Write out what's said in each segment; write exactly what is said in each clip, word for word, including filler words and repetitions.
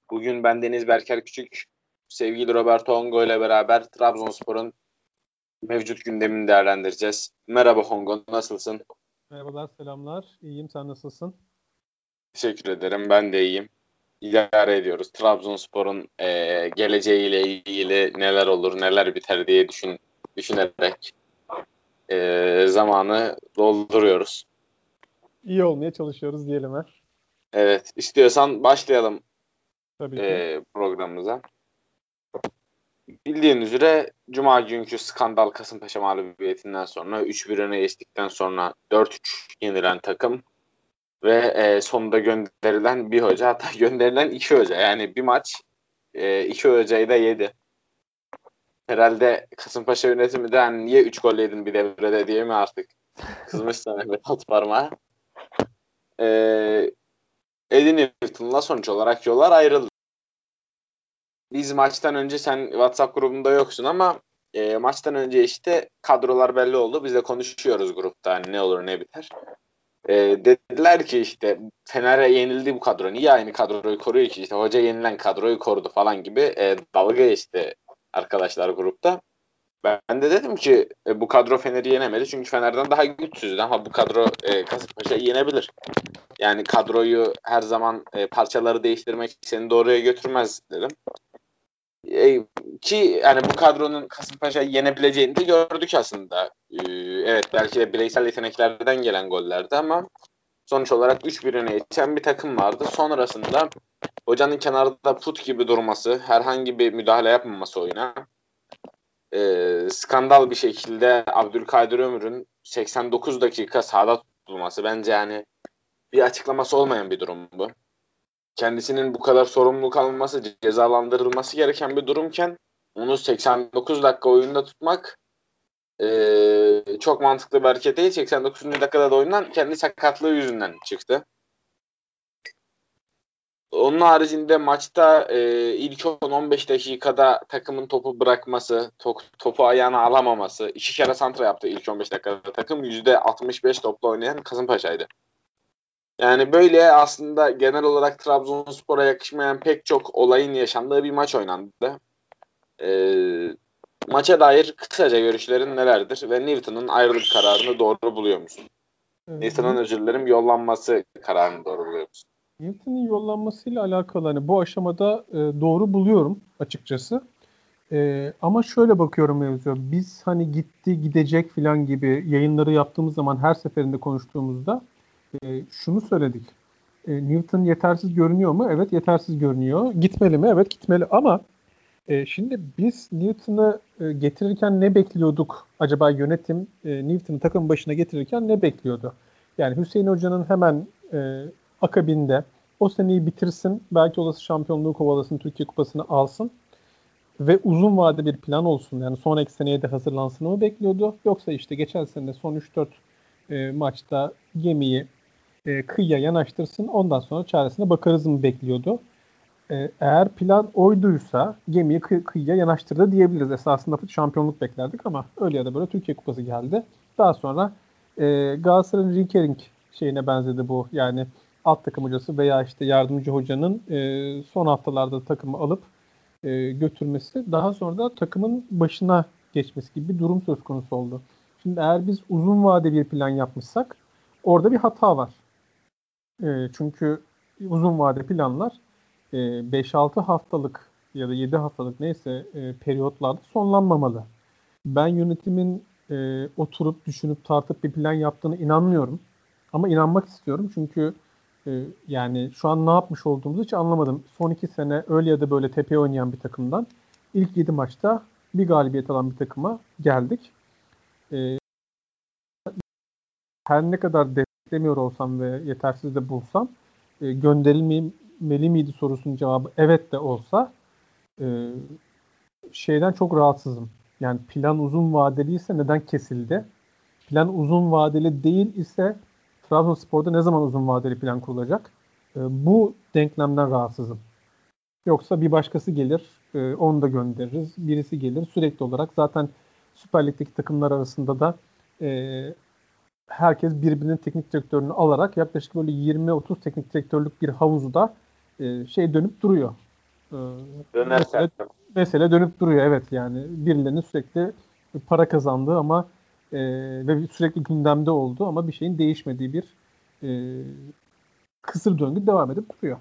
Bugün ben Deniz Berker Küçük, sevgili Roberto Hongo ile beraber Trabzonspor'un mevcut gündemini değerlendireceğiz. Merhaba Hongo, nasılsın? Merhabalar, selamlar. İyiyim, sen nasılsın? Teşekkür ederim, ben de iyiyim. İdare ediyoruz. Trabzonspor'un eee geleceğiyle ilgili neler olur, neler biter diye düşün, düşünerek eee, zamanı dolduruyoruz. İyi olmaya çalışıyoruz diyelim ha. Evet, istiyorsan başlayalım Tabii ki. eee, programımıza. Bildiğin üzere Cuma günkü skandal Kasımpaşa mağlubiyetinden sonra üç bir öne geçtikten sonra dört üç yenilen takım ve e, sonunda gönderilen bir hoca, hatta gönderilen iki hoca. Yani bir maç e, iki hocayı da yedi. Herhalde Kasımpaşa yönetimi de hani niye üç gol yedin bir devrede diye mi artık kızmışlar Mehmet Altıparmak'a. E, Eddie Newton'la sonuç olarak yollar ayrıldı. Biz maçtan önce, sen WhatsApp grubunda yoksun ama e, maçtan önce işte kadrolar belli oldu. Biz de konuşuyoruz grupta hani ne olur ne biter. E, dediler ki işte Fener'e yenildi bu kadro. Niye aynı kadroyu koruyor ki? İşte hoca yenilen kadroyu korudu falan gibi e, dalga geçti arkadaşlar grupta. Ben de dedim ki e, bu kadro Fener'i yenemedi. Çünkü Fener'den daha güçsüzdü ama bu kadro e, Kasımpaşa'yı yenebilir. Yani kadroyu her zaman e, parçaları değiştirmek seni doğruya götürmez dedim. E, ki yani bu kadronun Kasımpaşa'yı yenebileceğini de gördük aslında. E, evet, belki de bireysel yeteneklerden gelen gollerdi ama sonuç olarak üç bir öne geçen bir takım vardı. Sonrasında hocanın kenarda put gibi durması, herhangi bir müdahale yapmaması oyuna, e, skandal bir şekilde Abdülkadir Ömür'ün seksen dokuz dakika sahada tutulması, bence yani bir açıklaması olmayan bir durum bu. Kendisinin bu kadar sorumluluk alınması, cezalandırılması gereken bir durumken onu seksen dokuz dakika oyunda tutmak ee, çok mantıklı bir hareket değil. seksen dokuzuncu dakikada da oyundan kendi sakatlığı yüzünden çıktı. Onun haricinde maçta e, ilk on on beş dakikada takımın topu bırakması, to- topu ayağına alamaması, iki kere santra yaptı ilk on beş dakikada takım. yüzde altmış beş topla oynayan Kasımpaşa'ydı. Yani böyle aslında genel olarak Trabzonspor'a yakışmayan pek çok olayın yaşandığı bir maç oynandı. Ee, Maça dair kısaca görüşlerin nelerdir ve Newton'un ayrılık kararını doğru buluyor musun? Ee, Newton'un, New- özür dilerim, yollanması kararını doğru buluyor musun? Newton'un yollanmasıyla alakalı hani bu aşamada e, doğru buluyorum açıkçası. E, ama şöyle bakıyorum mevzuya. Biz hani gitti gidecek falan gibi yayınları yaptığımız zaman her seferinde konuştuğumuzda e, şunu söyledik. E, Newton yetersiz görünüyor mu? Evet, yetersiz görünüyor. Gitmeli mi? Evet, gitmeli ama E, şimdi biz Newton'ı e, getirirken ne bekliyorduk? Acaba yönetim e, Newton'u takım başına getirirken ne bekliyordu? Yani Hüseyin Hoca'nın hemen e, akabinde o seneyi bitirsin, belki olası şampiyonluğu kovalasın, Türkiye Kupası'nı alsın ve uzun vade bir plan olsun. Yani sonraki seneye de hazırlansın mı bekliyordu? Yoksa işte geçen sene son üç dört e, maçta gemiyi e, kıyıya yanaştırsın, ondan sonra çaresine bakarız mı bekliyordu? Ee, eğer plan oyduysa gemiyi kı- kıyıya yanaştırdı diyebiliriz. Esasında şampiyonluk beklerdik ama öyle ya da böyle Türkiye Kupası geldi. Daha sonra e, Galatasaray'ın Rinkering şeyine benzedi bu. Yani alt takım hocası veya işte yardımcı hocanın e, son haftalarda takımı alıp e, götürmesi, daha sonra da takımın başına geçmesi gibi bir durum söz konusu oldu. Şimdi eğer biz uzun vade bir plan yapmışsak orada bir hata var. E, çünkü uzun vade planlar e, beş altı haftalık ya da yedi haftalık neyse e, periyotlarda sonlanmamalı. Ben yönetimin e, oturup düşünüp tartıp bir plan yaptığını inanmıyorum. Ama inanmak istiyorum çünkü e, yani şu an ne yapmış olduğumuzu hiç anlamadım. Son iki sene öyle ya da böyle tepeye oynayan bir takımdan ilk yedi maçta bir galibiyet alan bir takıma geldik. E, Her ne kadar desteklemiyor olsam ve yetersiz de bulsam e, gönderilmeli miydi sorusunun cevabı evet de olsa e, şeyden çok rahatsızım. Yani plan uzun vadeliyse neden kesildi? Plan uzun vadeli değil ise Trabzonspor'da ne zaman uzun vadeli plan kurulacak? E, bu denklemden rahatsızım. Yoksa bir başkası gelir, e, onu da göndeririz. Birisi gelir sürekli olarak. Zaten Süper Lig'deki takımlar arasında da e, herkes birbirinin teknik direktörünü alarak yaklaşık böyle yirmi otuz teknik direktörlük bir havuzda e, şey dönüp duruyor. Dönersen. mesele, mesele dönüp duruyor. Evet yani birilerinin sürekli para kazandığı ama e, ve sürekli gündemde olduğu ama bir şeyin değişmediği bir e, kısır döngü devam edip duruyor.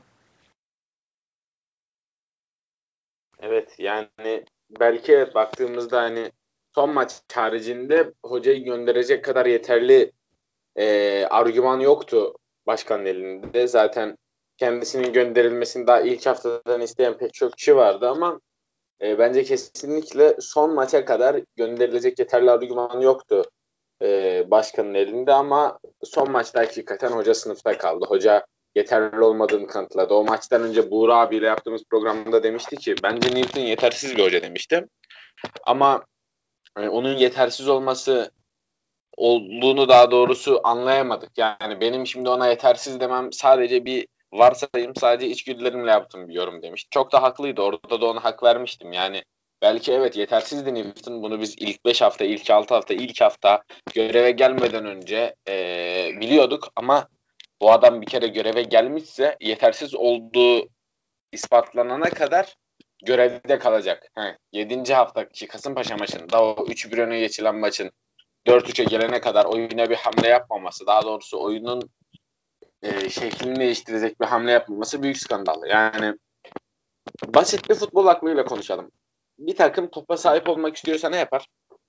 Evet yani belki evet baktığımızda hani son maç haricinde hocayı gönderecek kadar yeterli e, argüman yoktu başkanın elinde. Zaten kendisinin gönderilmesini daha ilk haftadan isteyen pek çok kişi vardı ama e, bence kesinlikle son maça kadar gönderilecek yeterli argüman yoktu e, başkanın elinde ama son maçta hakikaten hoca sınıfta kaldı. Hoca yeterli olmadığını kanıtladı. O maçtan önce Buğra abiyle yaptığımız programda demişti ki bence Newton yetersiz bir hoca demişti. Ama yani onun yetersiz olması olduğunu daha doğrusu anlayamadık. Yani benim şimdi ona yetersiz demem sadece bir varsayım, sadece içgüdülerimle yaptığım bir yorum demiş. Çok da haklıydı. Orada da ona hak vermiştim. Yani belki evet yetersizdi Newton. Bunu biz ilk beş hafta, ilk altı hafta, ilk hafta göreve gelmeden önce ee, biliyorduk ama bu adam bir kere göreve gelmişse yetersiz olduğu ispatlanana kadar görevde kalacak. He, yedinci haftaki Kasımpaşa maçında o üç bir öne geçilen maçın dört üçe gelene kadar oyuna bir hamle yapmaması, daha doğrusu oyunun e, şeklini değiştirecek bir hamle yapmaması büyük skandal. Yani basit bir futbol aklıyla konuşalım. Bir takım topa sahip olmak istiyorsa ne yapar?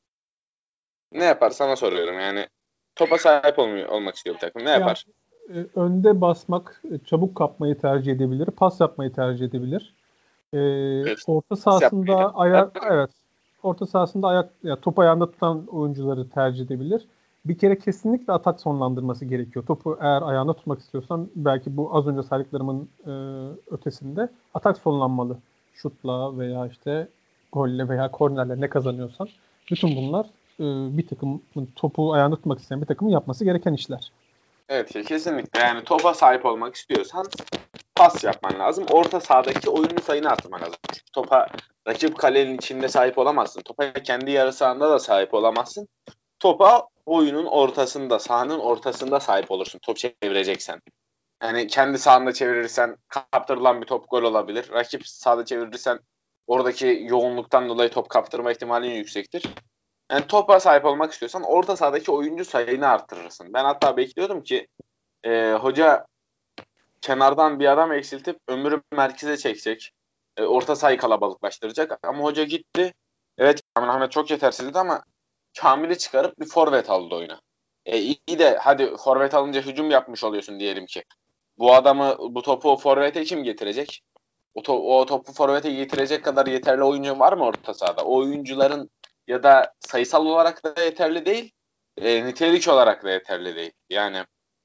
Ne yapar? Sana soruyorum yani. Topa sahip olmuyor, olmak istiyor bir takım. Ne Yani yapar? e, önde basmak, e, çabuk kapmayı tercih edebilir, pas yapmayı tercih edebilir. E, Evet. orta Pas yapmayı sahasında ayak, evet, orta sahasında ayak, ya top ayağında tutan oyuncuları tercih edebilir. Bir kere kesinlikle atak sonlandırması gerekiyor. Topu eğer ayağında tutmak istiyorsan belki bu az önce saydıklarımın e, ötesinde atak sonlanmalı. Şutla veya işte golle veya kornerle ne kazanıyorsan. Bütün bunlar e, bir takım topu ayağında tutmak isteyen bir takımın yapması gereken işler. Evet kesinlikle yani topa sahip olmak istiyorsan pas yapman lazım. Orta sahadaki oyunun sayını arttırman lazım. Çünkü topa rakip kalenin içinde sahip olamazsın. Topa kendi yarı sahanda da sahip olamazsın. Topa oyunun ortasında, sahanın ortasında sahip olursun top çevireceksen. Yani kendi sahanda çevirirsen kaptırılan bir top gol olabilir. Rakip sahada çevirirsen oradaki yoğunluktan dolayı top kaptırma ihtimalin yüksektir. Yani topa sahip olmak istiyorsan orta sahadaki oyuncu sayını arttırırsın. Ben hatta bekliyordum ki e, hoca kenardan bir adam eksiltip ömrü merkeze çekecek. E, orta sahayı kalabalıklaştıracak. Ama hoca gitti. Evet Kamil Ahmet çok yetersizdi ama Kamil'i çıkarıp bir forvet aldı oyuna. E, iyi de hadi forvet alınca hücum yapmış oluyorsun diyelim ki. Bu adamı, bu topu o forvete kim getirecek? O, to- o topu forvete getirecek kadar yeterli oyuncu var mı orta sahada? O oyuncuların ya da sayısal olarak da yeterli değil, e, nitelik olarak da yeterli değil. Yani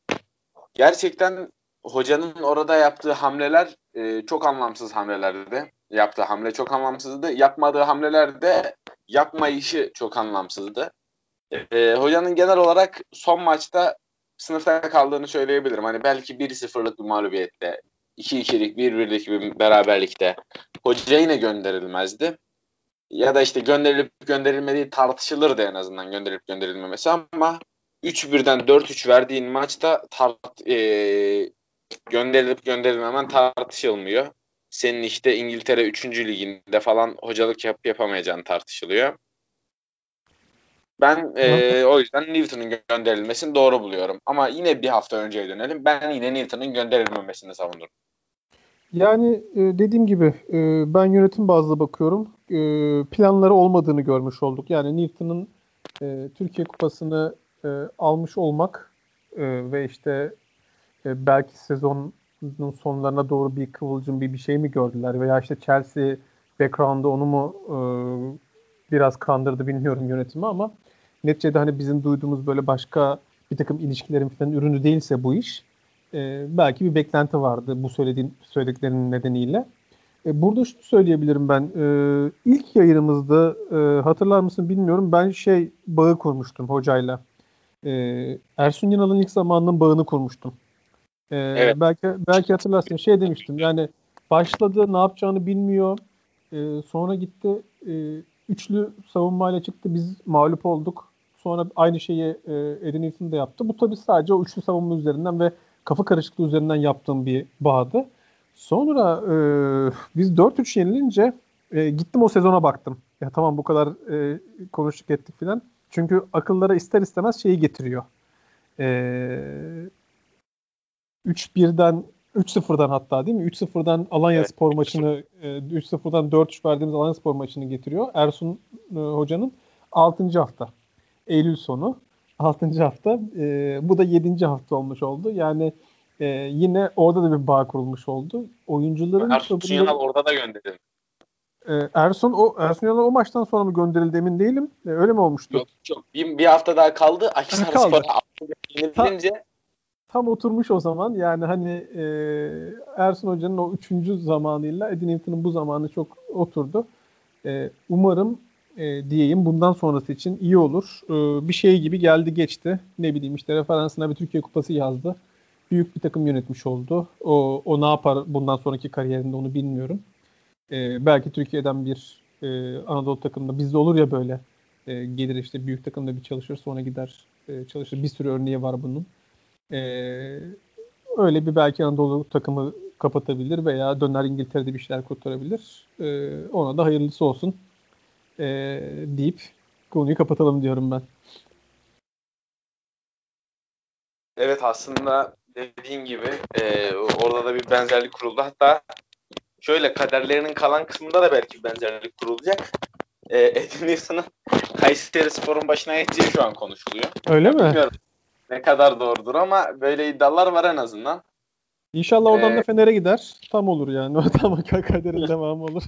gerçekten hocanın orada yaptığı hamleler e, çok anlamsız hamlelerdi. Yaptığı hamle çok anlamsızdı. Yapmadığı hamleler de yapmayışı çok anlamsızdı. E, hocanın genel olarak son maçta sınıfta kaldığını söyleyebilirim. Hani belki bir sıfırlık bir mağlubiyette, iki ikilik, bir birlik bir beraberlikte hoca yine gönderilmezdi. Ya da işte gönderilip gönderilmediği tartışılırdı en azından gönderilip gönderilmemesi ama üç birden dört üç verdiğin maçta tart, e, gönderilip gönderilmemen tartışılmıyor. Senin işte İngiltere üçüncü liginde falan hocalık yap yapamayacağın tartışılıyor. Ben e, o yüzden Newton'un gönderilmesini doğru buluyorum. Ama yine bir hafta önceye dönelim. Ben yine Newton'un gönderilmemesini savunurum. Yani e, dediğim gibi e, ben yönetim bazlı bakıyorum. E, planları olmadığını görmüş olduk. Yani Newton'un e, Türkiye Kupası'nı e, almış olmak e, ve işte e, belki sezonun sonlarına doğru bir kıvılcım bir bir şey mi gördüler veya işte Chelsea background'da onu mu e, biraz kandırdı bilmiyorum yönetimi ama neticede hani bizim duyduğumuz böyle başka bir takım ilişkilerin falan ürünü değilse bu iş e, belki bir beklenti vardı bu söylediğim söylediklerinin nedeniyle. E, burada şunu söyleyebilirim ben. E, ilk yayınımızda e, hatırlar mısın bilmiyorum. Ben şey bağı kurmuştum hocayla. E, Ersun Yanal'ın ilk zamanının bağını kurmuştum. E, Evet. belki belki hatırlarsın. Şey demiştim. Yani başladı, ne yapacağını bilmiyor. E, sonra gitti e, üçlü savunmayla çıktı. Biz mağlup olduk. Sonra aynı şeyi e, Eddie Newton da yaptı. Bu tabii sadece o üçlü savunma üzerinden ve kafa karışıklığı üzerinden yaptığım bir bağdı. Sonra e, biz dört üç yenilince e, gittim o sezona baktım. Ya tamam bu kadar e, konuştuk ettik filan. Çünkü akıllara ister istemez şeyi getiriyor. E, üç birden üç sıfırdan hatta değil mi? üç sıfırdan Evet. Alanyaspor maçını e, üç sıfırdan dört üç verdiğimiz Alanyaspor maçını getiriyor. Ersun e, Hoca'nın altıncı hafta. Eylül sonu. altıncı hafta. E, bu da yedinci hafta olmuş oldu. Yani e, yine orada da bir bağ kurulmuş oldu. Oyuncuların Ersun Yanal tavırları orada da gönderildi. e, Ersun o Ersun Yanal o maçtan sonra mı gönderildi emin değilim. E, öyle mi olmuştu? Yok yok. Bir, bir hafta daha kaldı. Kaldı. Akhisarspor'a Ta, yenilince tam oturmuş o zaman. Yani hani e, Ersun Hoca'nın o üçüncü zamanıyla Eddie Newton'un bu zamanı çok oturdu. E, umarım e, diyeyim bundan sonrası için iyi olur. E, bir şey gibi geldi geçti. Ne bileyim işte referansına bir Türkiye Kupası yazdı. Büyük bir takım yönetmiş oldu. O, o ne yapar bundan sonraki kariyerinde onu bilmiyorum. E, belki Türkiye'den bir e, Anadolu takımında bizde olur ya böyle e, gelir işte büyük takımda bir çalışır sonra gider e, çalışır. Bir sürü örneği var bunun. E, öyle bir belki Anadolu takımı kapatabilir veya döner İngiltere'de bir şeyler kurtarabilir. E, ona da hayırlısı olsun e, deyip konuyu kapatalım diyorum ben. evet aslında dediğin gibi e, orada da bir benzerlik kuruldu. Hatta şöyle kaderlerinin kalan kısmında da belki bir benzerlik kurulacak. E, Eddie Newson'ın Kayserispor'un başına geçeceği şu an konuşuluyor. Öyle Ya mi? bilmiyorum ne kadar doğrudur ama böyle iddialar var en azından. İnşallah oradan da E, Fener'e gider. Tam olur yani. O tam kaderin devamı olur.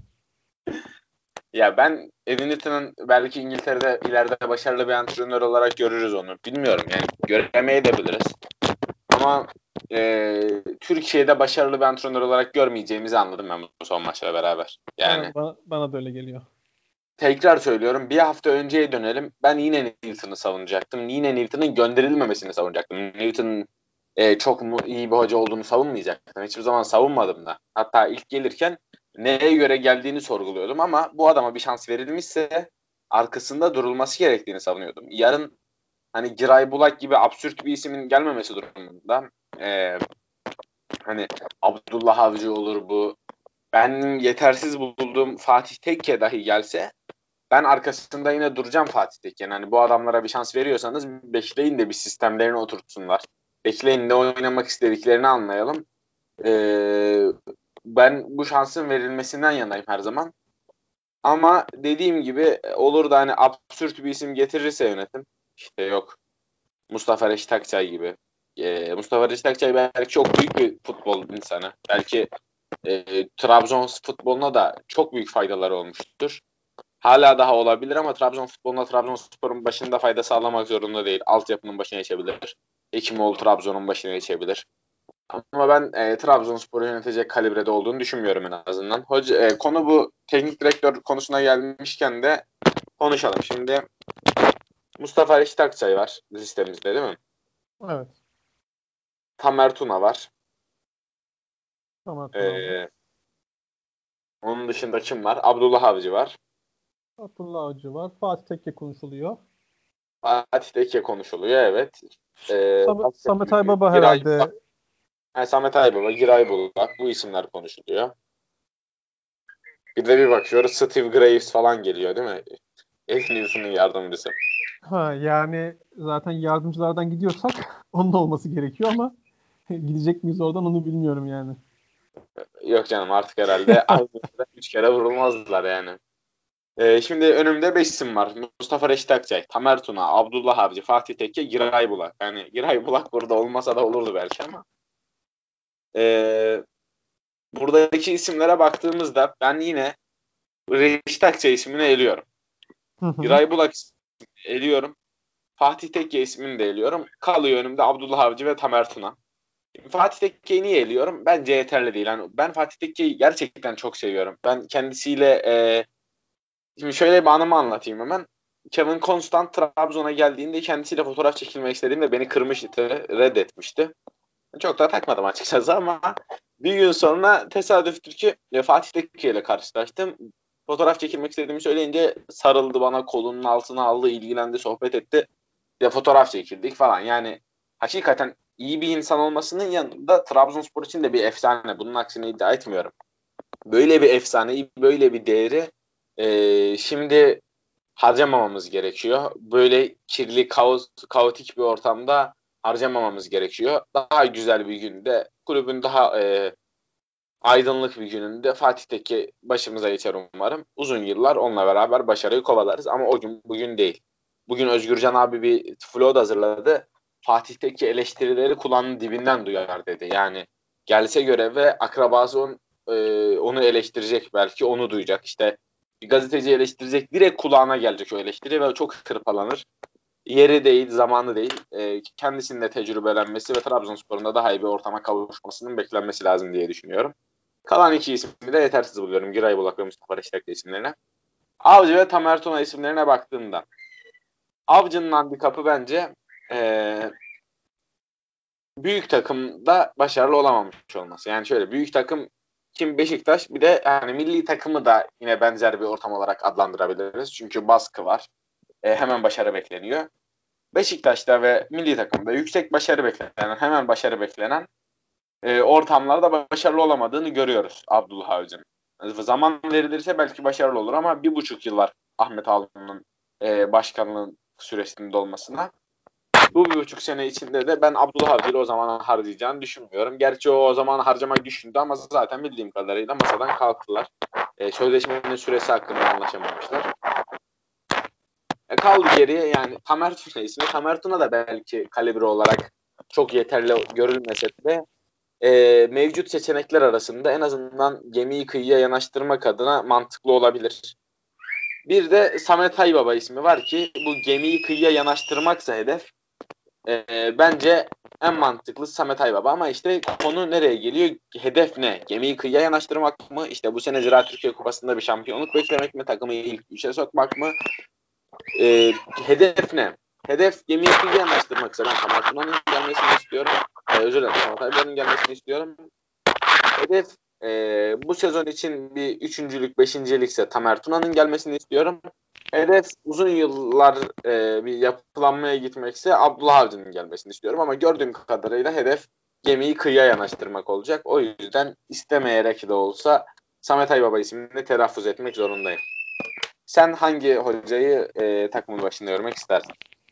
Ya ben Eddie Newton'un belki İngiltere'de ileride başarılı bir antrenör olarak görürüz onu. Bilmiyorum yani göremeye de biliriz. Ama e, Türkiye'de başarılı bir antrenör olarak görmeyeceğimizi anladım ben bu son maçla beraber. Yani Bana, bana, bana da öyle geliyor. tekrar söylüyorum bir hafta önceye dönelim. Ben yine Newton'u savunacaktım. Yine Newton'un gönderilmemesini savunacaktım. Newton'un e, çok mu, iyi bir hoca olduğunu savunmayacaktım. Hiçbir zaman savunmadım da. Hatta ilk gelirken neye göre geldiğini sorguluyordum ama bu adama bir şans verilmişse arkasında durulması gerektiğini savunuyordum. Yarın hani Giray Bulak gibi absürt bir ismin gelmemesi durumunda e, hani Abdullah Avcı olur bu. Ben yetersiz bulduğum Fatih Tekke dahi gelse ben arkasında yine duracağım Fatih Tekke. Yani bu adamlara bir şans veriyorsanız bekleyin de bir sistemlerini oturtsunlar. Bekleyin de oynamak istediklerini anlayalım. Ee, ben bu şansın verilmesinden yanayım her zaman. Ama dediğim gibi olur da hani absürt bir isim getirirse yönetim. İşte yok Mustafa Reşit Akçay gibi. Ee, Mustafa Reşit Akçay belki çok büyük bir futbol insanı. Belki e, Trabzon futboluna da çok büyük faydaları olmuştur. Hala daha olabilir ama Trabzon futboluna Trabzonspor'un başında fayda sağlamak zorunda değil. Altyapının başına geçebilir. Hekimoğlu Trabzon'un başına geçebilir. Ama ben e, Trabzonspor'u yönetecek kalibrede olduğunu düşünmüyorum en azından. Hoca, e, konu bu teknik direktör konusuna gelmişken de konuşalım. Şimdi Mustafa Reşit Akçay var listemizde değil mi? Evet. Tamer Tuna var. Tamam tamam. E, onun dışında kim var? Abdullah Avcı var. Abdullah Avcı var. Fatih Tekke konuşuluyor. Fatih Tekke konuşuluyor evet. E, Sam Samet Aybaba Giray herhalde. Yani Samet Aybaba, Giray Bulak bu isimler konuşuluyor. Bir de bir bakıyoruz Steve Graves falan geliyor değil mi? Eddie Newson'un yardımcısı. Ha yani zaten yardımcılardan gidiyorsak onun olması gerekiyor ama gidecek miyiz oradan onu bilmiyorum yani. Yok canım artık herhalde aynı yere üç kere vurulmazlar yani. Ee, şimdi önümde beş isim var. Mustafa Reşit Akçay, Tamer Tuna, Abdullah Avcı, Fatih Tekke, Giray Bulak. Yani Giray Bulak burada olmasa da olurdu belki ama. Ee, buradaki isimlere baktığımızda ben yine Reşit Akçay ismini eliyorum. Hı hı. Giray Bulak ismini eliyorum. Fatih Tekke ismini de eliyorum. Kalıyor önümde Abdullah Avcı ve Tamer Tuna. Fatih Tekke'yi niye eliyorum? Bence yeterli değil. Yani ben Fatih Tekke'yi gerçekten çok seviyorum. Ben kendisiyle e, şimdi şöyle bir anımı anlatayım hemen. Kevin Constant Trabzon'a geldiğinde kendisiyle fotoğraf çekilmek istediğimde beni kırmıştı, reddetmişti. Çok da takmadım açıkçası ama bir gün sonra tesadüftür ki Fatih Tekke ile karşılaştım. Fotoğraf çekilmek istediğimi söyleyince sarıldı bana, kolunun altına aldı, ilgilendi, sohbet etti. Ya fotoğraf çekildik falan. Yani hakikaten iyi bir insan olmasının yanında Trabzonspor için de bir efsane. Bunun aksine iddia etmiyorum. Böyle bir efsaneyi, böyle bir değeri e, şimdi harcamamamız gerekiyor. Böyle kirli, kaos, kaotik bir ortamda harcamamamız gerekiyor. Daha güzel bir günde, kulübün daha e, aydınlık bir gününde Fatih Tekke başımıza geçer umarım. Uzun yıllar onunla beraber başarıyı kovalarız ama o gün bugün değil. Bugün Özgürcan abi bir flow hazırladı. Fatih Tekke eleştirileri kulağının dibinden duyar dedi. Yani gelse göreve akrabası on, e, onu eleştirecek, belki onu duyacak. İşte bir gazeteci eleştirecek, direkt kulağına gelecek o eleştiri ve çok hırpalanır. Yeri değil, zamanı değil. E, kendisinin de tecrübelenmesi ve Trabzonspor'un da daha iyi bir ortama kavuşmasının beklenmesi lazım diye düşünüyorum. Kalan iki ismi de yetersiz buluyorum. Giray Bulak ve Mustafa Reşit'le isimlerine. Avcı ve Tamer Tuna isimlerine baktığımda Avcı'nın handikapı bence ee, büyük takımda başarılı olamamış olması. Yani şöyle, büyük takım kim? Beşiktaş. Bir de yani milli takımı da yine benzer bir ortam olarak adlandırabiliriz. Çünkü baskı var. E, hemen başarı bekleniyor. Beşiktaş'ta ve milli takımda yüksek başarı beklenen, hemen başarı beklenen e, ortamlarda başarılı olamadığını görüyoruz Abdullah Avcı'nın. Zaman verilirse belki başarılı olur ama bir buçuk yıl var Ahmet Ağaoğlu'nun e, başkanlığın süresinde olmasına. Bu bir buçuk sene içinde de ben Abdullah Avcı'yı o zaman harcayacağını düşünmüyorum. Gerçi o o zaman harcamayı düşündü ama zaten bildiğim kadarıyla masadan kalktılar. E, sözleşmenin süresi hakkında anlaşamamışlar. E, kaldı geriye yani Tamer Tuna ismi. Tamer Tuna da belki kalibre olarak çok yeterli görülmese de e, mevcut seçenekler arasında en azından gemiyi kıyıya yanaştırmak adına mantıklı olabilir. Bir de Samet Aybaba ismi var ki bu gemiyi kıyıya yanaştırmaksa hedef, e, bence en mantıklı Samet Aybaba ama işte konu nereye geliyor? Hedef ne? Gemiyi kıyıya yanaştırmak mı? İşte bu sene Ziraat Türkiye Kupası'nda bir şampiyonluk beklemek mi? Takımı ilk üçe sokmak mı? E, hedef ne? Hedef gemiyi kıyıya yanaştırmaksa ben Samet Tuna'nın gelmesini istiyorum. E, özür dilerim, Samet Aybaba'nın gelmesini istiyorum. Hedef e, bu sezon için bir üçüncülük, beşincilikse Tamer Tuna'nın gelmesini istiyorum. Hedef uzun yıllar e, bir yapılanmaya gitmekse Abdullah Avcı'nın gelmesini istiyorum. Ama gördüğüm kadarıyla hedef gemiyi kıyıya yanaştırmak olacak. O yüzden istemeyerek de olsa Samet Aybaba ismini telaffuz etmek zorundayım. Sen hangi hocayı e, takımın başında görmek istersin?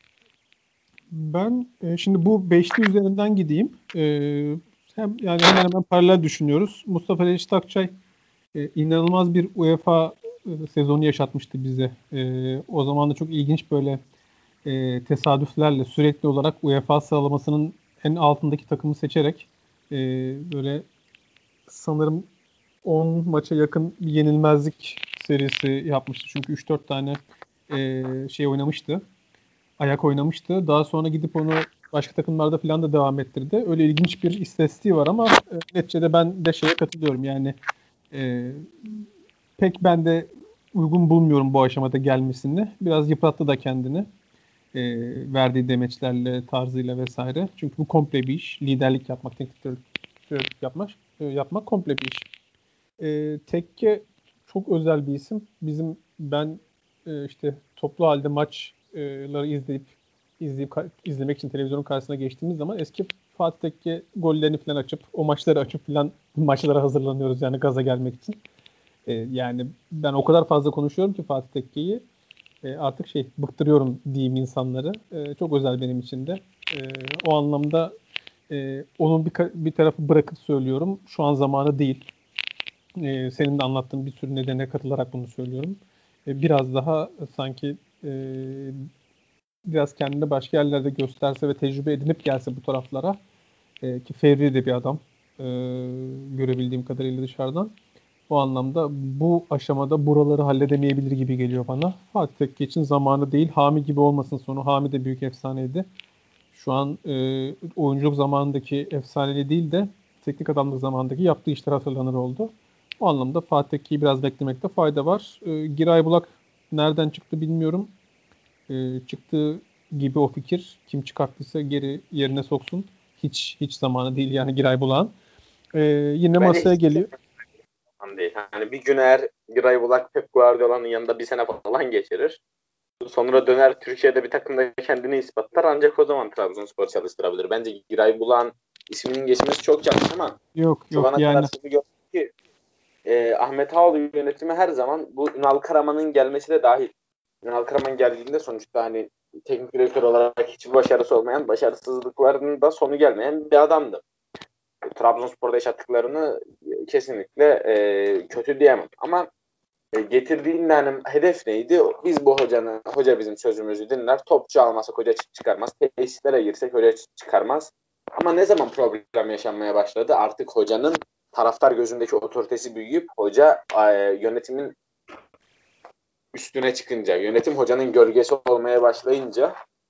Ben e, şimdi bu beşli üzerinden gideyim. E, hem yani hemen hemen paralel düşünüyoruz. Mustafa Reşit Akçay e, inanılmaz bir UEFA e, sezonu yaşatmıştı bize. E, o zaman da çok ilginç böyle e, tesadüflerle sürekli olarak UEFA sıralamasının en altındaki takımı seçerek e, böyle sanırım on maça yakın bir yenilmezlik serisi yapmıştı. Çünkü üç dört tane e, şey oynamıştı. Ayak oynamıştı. Daha sonra gidip onu başka takımlarda falan da devam ettirdi. Öyle ilginç bir istatistiği var ama e, neticede ben de şeye katılıyorum. Yani e, pek ben de uygun bulmuyorum bu aşamada gelmesini. Biraz yıprattı da kendini. E, verdiği demeçlerle, tarzıyla vesaire. Çünkü bu komple bir iş. Liderlik yapmak, teknik direktörlük yapmak, e, yapmak komple bir iş. E, Tekke çok özel bir isim. Bizim ben e, işte toplu halde maçları izleyip izleyip izlemek için televizyonun karşısına geçtiğimiz zaman eski Fatih Tekke gollerini falan açıp o maçları açıp falan maçlara hazırlanıyoruz yani gaza gelmek için. E, yani ben o kadar fazla konuşuyorum ki Fatih Tekke'yi e, artık şey bıktırıyorum diyeyim insanları. E, çok özel benim için de. E, o anlamda e, onun bir, bir tarafı bırakıp söylüyorum. Şu an zamanı değil. Ee, senin de anlattığın bir sürü nedene katılarak bunu söylüyorum. Ee, biraz daha sanki e, biraz kendini başka yerlerde gösterse ve tecrübe edinip gelse bu taraflara e, ki Fevri de bir adam e, görebildiğim kadarıyla dışarıdan. O anlamda bu aşamada buraları halledemeyebilir gibi geliyor bana. Fatih Tekke için zamanı değil. Hami gibi olmasın sonu. Hami de büyük efsaneydi. Şu an e, oyunculuk zamanındaki efsaneli değil de teknik adamlık zamanındaki yaptığı işler hatırlanır oldu. Bu anlamda Fatih Tekke'yi biraz beklemekte fayda var. E, Giray Bulak nereden çıktı bilmiyorum. E, çıktığı gibi o fikir kim çıkarttıysa geri yerine soksun. Hiç hiç zamanı değil yani Giray Bulak'ın. E, yine Bence masaya hiç geliyor. değil. Yani bir gün eğer Giray Bulak Pep Guardiola'nın yanında bir sene falan geçirir. Sonra döner Türkiye'de bir takımda kendini ispatlar, ancak o zaman Trabzonspor çalıştırabilir. Bence Giray Bulan isminin geçmesi çok yanlış ama Yok şu yok ana kadar yani sizi gördük ki e, Ahmet Ağaoğlu yönetimi her zaman bu Ünal Karaman'ın gelmesi de dahil. Ünal Karaman geldiğinde sonuçta hani teknik direktör olarak hiçbir başarısı olmayan, başarısızlıklarının da sonu gelmeyen bir adamdı. E, Trabzonspor'da yaşattıklarını kesinlikle e, kötü diyemem. Ama e, getirdiğinde hani hedef neydi? Biz bu hocanın, hoca bizim sözümüzü dinler. Topçu almasak hoca çıkarmaz. Tesislere girsek hoca çıkarmaz. Ama ne zaman problem yaşanmaya başladı? Artık hocanın taraftar gözündeki otoritesi büyüyüp hoca e, yönetimin üstüne çıkınca, yönetim hocanın gölgesi olmaya başlayınca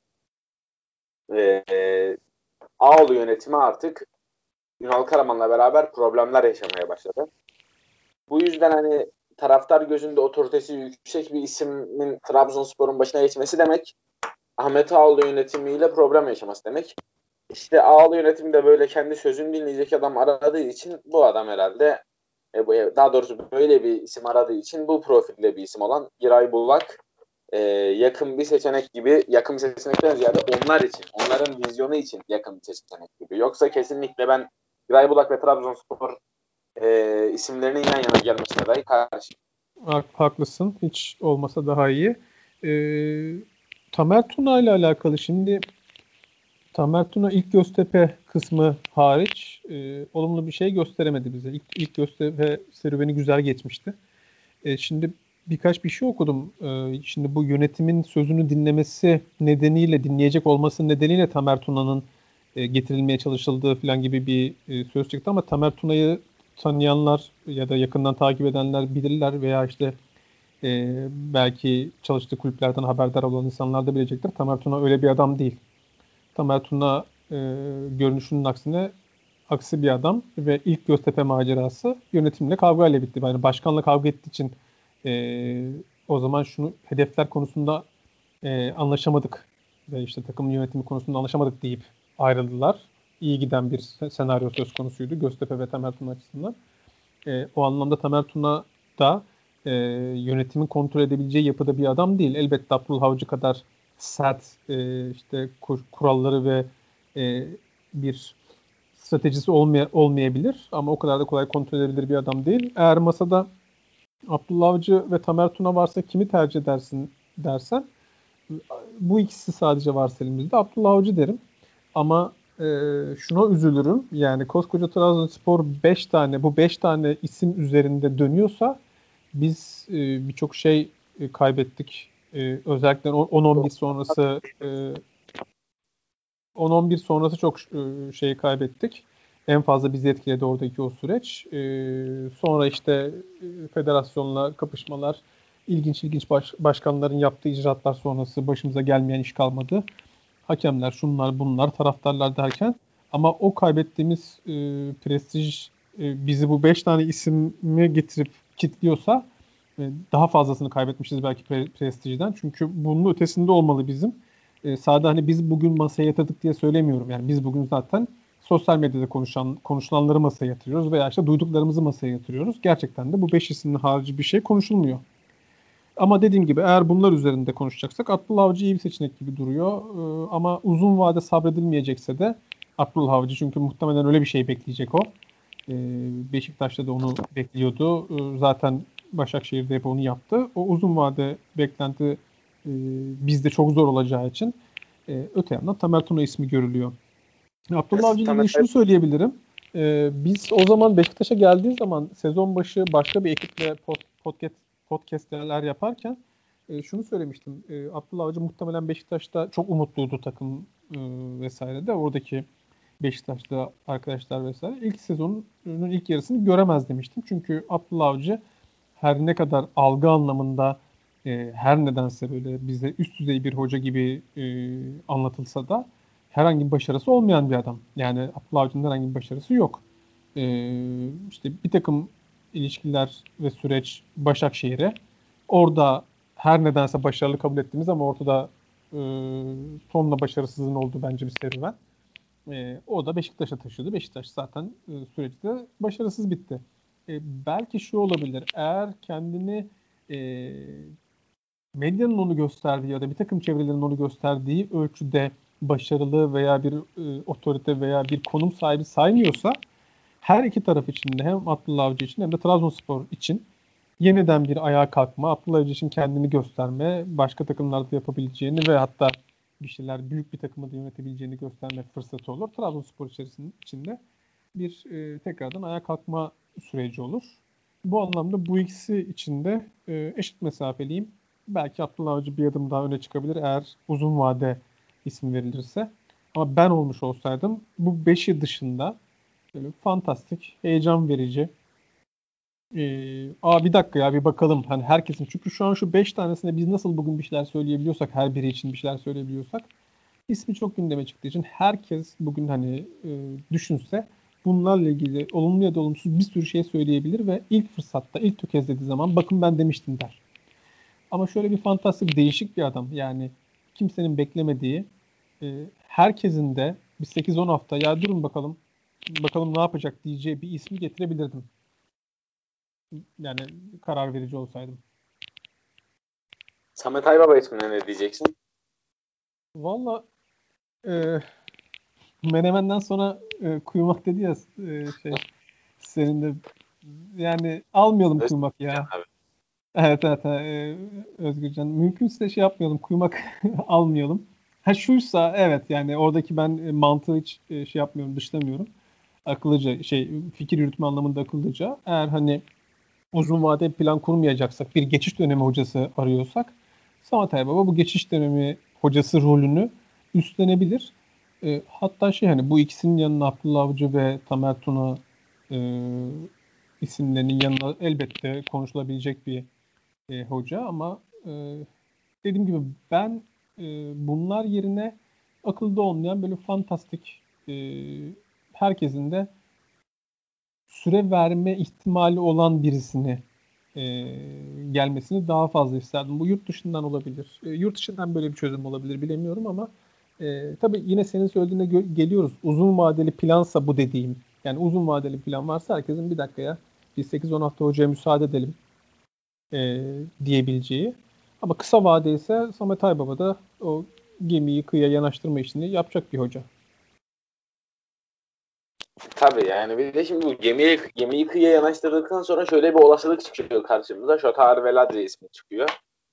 e, e, Ağolu yönetimi artık Ünal Karaman'la beraber problemler yaşamaya başladı. Bu yüzden hani taraftar gözünde otoritesi yüksek bir ismin Trabzonspor'un başına geçmesi demek, Ahmet Ağaoğlu yönetimiyle problem yaşaması demek. İşte Ağaoğlu yönetimi de böyle kendi sözünü dinleyecek adam aradığı için bu adam herhalde e, daha doğrusu böyle bir isim aradığı için bu profilde bir isim olan Giray Bullak e, yakın bir seçenek gibi, yakın bir seçenekten ziyade onlar için, onların vizyonu için yakın bir seçenek gibi. Yoksa kesinlikle ben Giray Bullak ve Trabzonspor e, isimlerinin yan yana gelmesine dahi karşıyım. haklısın. Hiç olmasa daha iyi. Ee, Tamer Tuna ile alakalı şimdi Tamer Tuna ilk Göztepe kısmı hariç e, olumlu bir şey gösteremedi bize. İlk, ilk Göztepe serüveni güzel geçmişti. E, şimdi birkaç bir şey okudum. E, şimdi bu yönetimin sözünü dinlemesi nedeniyle, dinleyecek olması nedeniyle Tamer Tuna'nın e, getirilmeye çalışıldığı falan gibi bir e, söz çıktı ama Tamer Tuna'yı tanıyanlar ya da yakından takip edenler bilirler veya işte e, belki çalıştığı kulüplerden haberdar olan insanlar da bilecektir. Tamer Tuna öyle bir adam değil. Tamer Tuna e, görünüşünün aksine aksi bir adam ve ilk Göztepe macerası yönetimle kavgayla bitti. Yani başkanla kavga ettiği için e, o zaman şunu hedefler konusunda e, anlaşamadık ve işte takım yönetimi konusunda anlaşamadık deyip ayrıldılar. İyi giden bir senaryo söz konusuydu Göztepe ve Tamer Tuna açısından. E, o anlamda Tamer Tuna da e, yönetimin kontrol edebileceği yapıda bir adam değil. Elbette Abdullah Avcı kadar sert e, işte kur, kuralları ve e, bir stratejisi olmaya, olmayabilir ama o kadar da kolay kontrol edebilir bir adam değil. Eğer masada Abdullah Avcı ve Tamer Tuna varsa kimi tercih edersin dersen bu ikisi sadece varsa elimizde Abdullah Avcı derim. Ama e, şuna üzülürüm. Yani koskoca Trabzonspor beş tane bu beş tane isim üzerinde dönüyorsa biz e, birçok şey e, kaybettik. E, özellikle on on bir sonrası e, on on bir sonrası çok e, şey kaybettik. En fazla bizi etkiledi oradaki o süreç. E, sonra işte e, federasyonla kapışmalar, ilginç ilginç baş, başkanların yaptığı icraatlar sonrası başımıza gelmeyen iş kalmadı. Hakemler, şunlar, bunlar, taraftarlar derken ama o kaybettiğimiz e, prestij e, bizi bu beş tane ismi getirip kilitliyorsa e, daha fazlasını kaybetmişiz belki pre- prestijden. Çünkü bunun ötesinde olmalı bizim. E, sadece hani biz bugün masaya yatırdık diye söylemiyorum. Yani biz bugün zaten sosyal medyada konuşan konuşulanları masaya yatırıyoruz veya işte duyduklarımızı masaya yatırıyoruz. Gerçekten de bu beş ismin harici bir şey konuşulmuyor. Ama dediğim gibi eğer bunlar üzerinde konuşacaksak Abdullah Avcı iyi bir seçenek gibi duruyor. Ee, ama uzun vade sabredilmeyecekse de Abdullah Avcı çünkü muhtemelen öyle bir şey bekleyecek o. Ee, Beşiktaş'ta da onu bekliyordu. Ee, zaten Başakşehir'de hep onu yaptı. O uzun vade beklenti e, bizde çok zor olacağı için e, öte yandan Tamer Tuna ismi görülüyor. Abdullah Avcı ile ilgili şunu söyleyebilirim. Ee, biz o zaman Beşiktaş'a geldiği zaman sezon başı başka bir ekiple pod, podcast podcastler yaparken e, şunu söylemiştim. E, Abdullah Avcı muhtemelen Beşiktaş'ta çok umutluydu takım e, vesaire de oradaki Beşiktaş'ta arkadaşlar vesaire. İlk sezonun ilk yarısını göremez demiştim. Çünkü Abdullah Avcı her ne kadar algı anlamında e, her nedense böyle bize üst düzey bir hoca gibi e, anlatılsa da herhangi bir başarısı olmayan bir adam. Yani Abdullah Avcı'nın herhangi bir başarısı yok. Ee, işte bir takım ilişkiler ve süreç Başakşehir'e. Orada her nedense başarılı kabul ettiğimiz ama ortada e, sonla başarısızlığın olduğu bence bir serüven. E, o da Beşiktaş'a taşıdı. Beşiktaş zaten e, süreçte başarısız bitti. E, belki şu olabilir. Eğer kendini e, medyanın onu gösterdiği ya da bir takım çevrelerin onu gösterdiği ölçüde başarılı veya bir e, otorite veya bir konum sahibi saymıyorsa her iki taraf için de hem Abdullah Avcı için hem de Trabzonspor için yeniden bir ayağa kalkma, Abdullah Avcı için kendini gösterme, başka takımlarda yapabileceğini ve hatta bir şeyler büyük bir takımı da yönetebileceğini gösterme fırsatı olur. Trabzonspor içerisinde bir e, tekrardan ayağa kalkma süreci olur. Bu anlamda bu ikisi için de e, eşit mesafeliyim. Belki Abdullah Avcı bir adım daha öne çıkabilir eğer uzun vade isim verilirse. Ama ben olmuş olsaydım bu beşi dışında böyle fantastik, heyecan verici. Ee, aa bir dakika ya bir bakalım. Hani herkesin çünkü şu an şu beş tanesine biz nasıl bugün bir şeyler söyleyebiliyorsak, her biri için bir şeyler söyleyebiliyorsak ismi çok gündeme çıktığı için herkes bugün hani e, düşünse bunlarla ilgili olumlu ya da olumsuz bir sürü şey söyleyebilir ve ilk fırsatta, ilk tökezlediği zaman bakın ben demiştim der. Ama şöyle bir fantastik, değişik bir adam. Yani kimsenin beklemediği, e, herkesin de bir sekiz on hafta ya durun bakalım, bakalım ne yapacak diyeceği bir ismi getirebilirdim. Yani karar verici olsaydım. Samet Aybaba ismine ne diyeceksin? Valla e, Menemen'den sonra e, kuyumak dedi ya e, şey senin de yani almayalım kuyumak ya. Abi. Evet evet e, Özgürcan. Mümkünse şey yapmayalım kuyumak almayalım. Ha şuysa evet yani oradaki ben e, mantığı hiç e, şey yapmıyorum dışlamıyorum. Akıllıca şey fikir yürütme anlamında akıllıca. Eğer hani uzun vade plan kurmayacaksak bir geçiş dönemi hocası arıyorsak Samet Aybaba bu geçiş dönemi hocası rolünü üstlenebilir. E, hatta şey hani bu ikisinin yanına Abdullah Avcı ve Tamer Tuna e, isimlerinin yanına elbette konuşulabilecek bir e, hoca ama e, dediğim gibi ben e, bunlar yerine akılda olmayan böyle fantastik e, herkesin de süre verme ihtimali olan birisini e, gelmesini daha fazla isterdim. Bu yurt dışından olabilir. E, yurt dışından böyle bir çözüm olabilir bilemiyorum ama e, tabii yine senin söylediğine gö- geliyoruz. Uzun vadeli plansa bu dediğim. Yani uzun vadeli plan varsa herkesin bir dakikaya bir sekiz on hafta hocaya müsaade edelim e, diyebileceği. Ama kısa vade ise Samet Aybaba da o gemiyi kıyıya yanaştırma işini yapacak bir hoca. Tabii yani bir de şimdi bu gemiyi, gemiyi kıyıya yanaştırdıktan sonra şöyle bir olasılık çıkıyor karşımıza. Şotar Veladze ismi çıkıyor.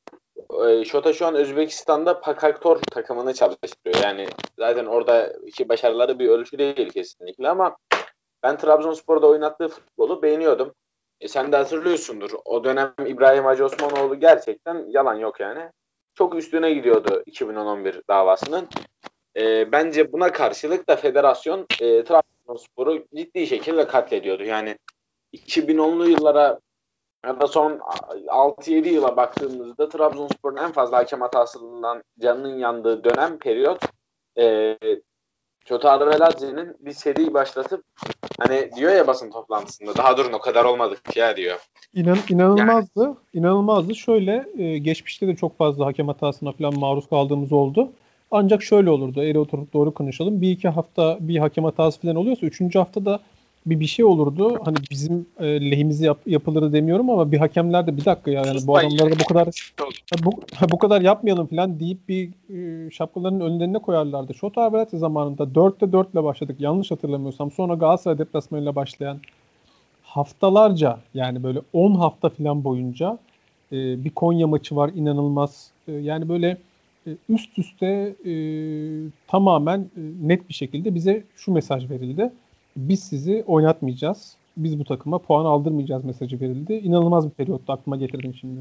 E, Şota şu an Özbekistan'da Pakaktor takımını çalıştırıyor. Yani zaten oradaki başarıları bir ölçü değil kesinlikle ama ben Trabzonspor'da oynattığı futbolu beğeniyordum. E, sen de hatırlıyorsundur. O dönem İbrahim Hacı Osmanoğlu gerçekten yalan yok yani. Çok üstüne gidiyordu iki bin on bir davasının. E, bence buna karşılık da federasyon e, Trabzonspor'u ciddi şekilde katlediyordu. Yani iki bin onlu yıllara ya da son altı yedi yıla baktığımızda Trabzonspor'un en fazla hakem hatasından canının yandığı dönem periyot e, Çotar Veladze'nin bir seri başlatıp hani diyor ya basın toplantısında daha durun o kadar olmadık ya diyor. İnan, inanılmazdı. Yani. İnanılmazdı. Şöyle e, geçmişte de çok fazla hakem hatasına falan maruz kaldığımız oldu. Ancak şöyle olurdu. Eğri oturup doğru konuşalım. Bir iki hafta bir hakem hatası falan oluyorsa üçüncü haftada bir bir şey olurdu. Hani bizim e, lehimize yap, yapılırdı demiyorum ama bir hakemler de bir dakika ya yani bu adamlara da bu kadar bu, bu kadar yapmayalım falan deyip bir e, şapkalarının önlerine koyarlardı. Şotar Veladze zamanında dörtte dörtle başladık. Yanlış hatırlamıyorsam. Sonra Galatasaray deplasmanıyla başlayan haftalarca yani böyle on hafta falan boyunca e, bir Konya maçı var inanılmaz. E, yani böyle e, üst üste e, tamamen e, net bir şekilde bize şu mesaj verildi. Biz sizi oynatmayacağız. Biz bu takıma puan aldırmayacağız mesajı verildi. İnanılmaz bir periyotta aklıma getirdim şimdi.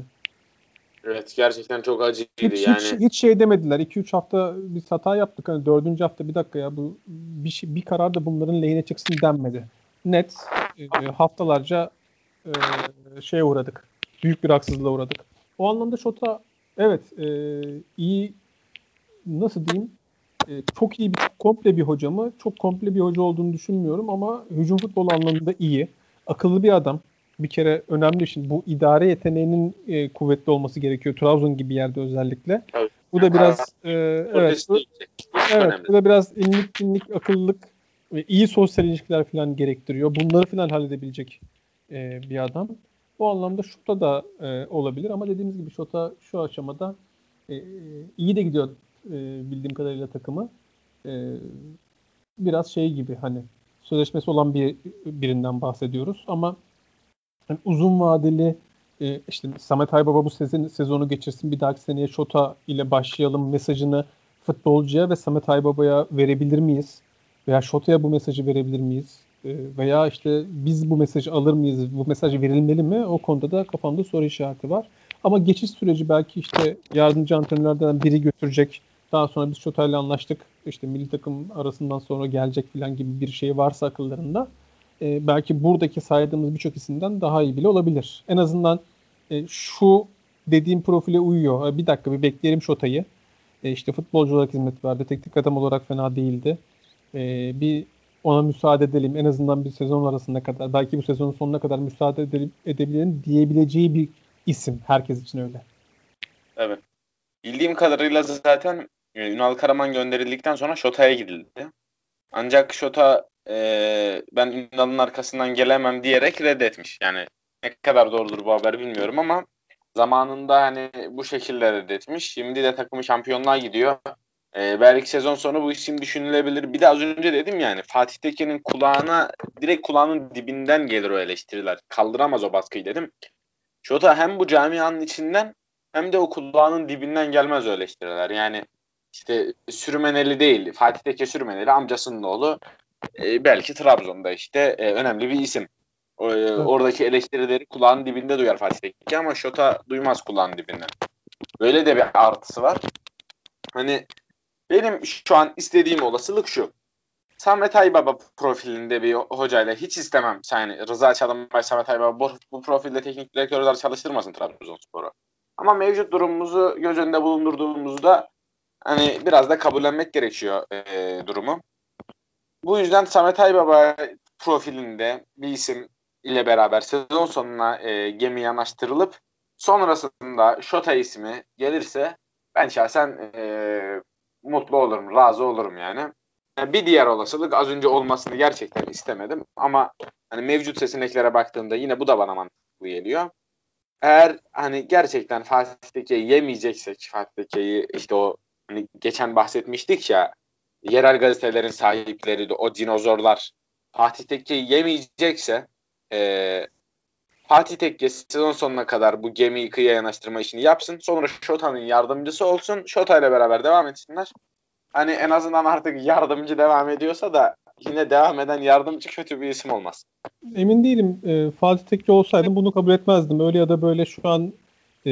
Evet gerçekten çok acıydı hiç, yani. Hiç, hiç şey demediler. iki üç hafta biz hata yaptık. Hani dördüncü hafta bir dakika ya bu bir, şey, bir karar da bunların lehine çıksın denmedi. Net e, haftalarca e, şeye uğradık. Büyük bir haksızlığa uğradık. O anlamda Şota evet e, iyi nasıl diyeyim e, çok iyi bir komple bir hoca mı? Çok komple bir hoca olduğunu düşünmüyorum ama hücum futbolu anlamında iyi. Akıllı bir adam. Bir kere önemli şimdi bu idare yeteneğinin e, kuvvetli olması gerekiyor. Trabzon gibi yerde özellikle. Evet. Bu da biraz e, evet bu, evet bu da biraz inlik inlik akıllılık ve iyi sosyal ilişkiler falan gerektiriyor. Bunları falan halledebilecek e, bir adam. Bu anlamda Şota da e, olabilir ama dediğimiz gibi Şota şu aşamada e, iyi de gidiyor e, bildiğim kadarıyla takımı. E, biraz şey gibi hani sözleşmesi olan bir birinden bahsediyoruz ama yani uzun vadeli e, işte Samet Aybaba bu sezon, sezonu geçirsin bir dahaki seneye Şota ile başlayalım mesajını futbolcuya ve Samet Aybaba'ya verebilir miyiz? Veya Şota'ya bu mesajı verebilir miyiz? E, veya işte biz bu mesajı alır mıyız? Bu mesaj verilmeli mi? O konuda da kafamda soru işareti var. Ama geçiş süreci belki işte yardımcı antrenörlerden biri götürecek. Daha sonra biz Şota ile anlaştık. İşte milli takım arasından sonra gelecek falan gibi bir şey varsa akıllarında e, belki buradaki saydığımız birçok isimden daha iyi bile olabilir. En azından e, şu dediğim profile uyuyor. E, bir dakika bir bekleyelim Şota'yı. E, işte futbolcu olarak hizmet verdi. Teknik adam olarak fena değildi. E, bir ona müsaade edelim. En azından bir sezon arasında kadar, belki bu sezonun sonuna kadar müsaade edelim, edebilelim diyebileceği bir isim. Herkes için öyle. Evet. Bildiğim kadarıyla zaten e, Ünal Karaman gönderildikten sonra Şota'ya gidildi. Ancak Şota e, ben Ünal'ın arkasından gelemem diyerek reddetmiş. Yani ne kadar doğrudur bu haber bilmiyorum ama zamanında hani bu şekilde reddetmiş. Şimdi de takımı şampiyonluğa gidiyor. E, belki sezon sonu bu isim düşünülebilir. Bir de az önce dedim yani Fatih Tekke'nin kulağına direkt kulağının dibinden gelir o eleştiriler. Kaldıramaz o baskıyı dedim. Şota hem bu camianın içinden hem de o kulağının dibinden gelmez o eleştiriler. Yani işte Sürmeneli değil. Fatih Tekke Sürmeneli amcasının oğlu. E, belki Trabzon'da işte e, önemli bir isim. O, e, Evet. Oradaki eleştirileri kulağının dibinde duyar Fatih Tekke ama Şota duymaz kulağının dibinden. Böyle de bir artısı var. Hani benim şu an istediğim olasılık şu. Samet Aybaba profilinde bir hocayla hiç istemem. Yani Rıza Çalınbay, Samet Aybaba bu, bu profilde teknik direktörler çalıştırmasın Trabzonspor'u. Ama mevcut durumumuzu göz önünde bulundurduğumuzda hani biraz da kabullenmek gerekiyor e, durumu. Bu yüzden Samet Aybaba profilinde bir isim ile beraber sezon sonuna e, gemi yanaştırılıp sonrasında Şota ismi gelirse ben şahsen e, mutlu olurum, razı olurum yani. Yani bir diğer olasılık az önce olmasını gerçekten istemedim ama hani mevcut seçeneklere baktığımda yine bu da bana mantıklı geliyor. Eğer hani gerçekten Fatih Teke'yi yemeyeceksek, Fatih Teke'yi işte o hani geçen bahsetmiştik ya yerel gazetelerin sahipleri de o dinozorlar Fatih Tekke'yi yemeyecekse e, Fatih Tekke sezon sonuna kadar bu gemiyi kıyıya yanaştırma işini yapsın. Sonra Şota'nın yardımcısı olsun. Şota ile beraber devam etsinler. Hani en azından artık yardımcı devam ediyorsa da yine devam eden yardımcı kötü bir isim olmaz. Emin değilim. E, Fatih Tekke olsaydım bunu kabul etmezdim. Öyle ya da böyle şu an e,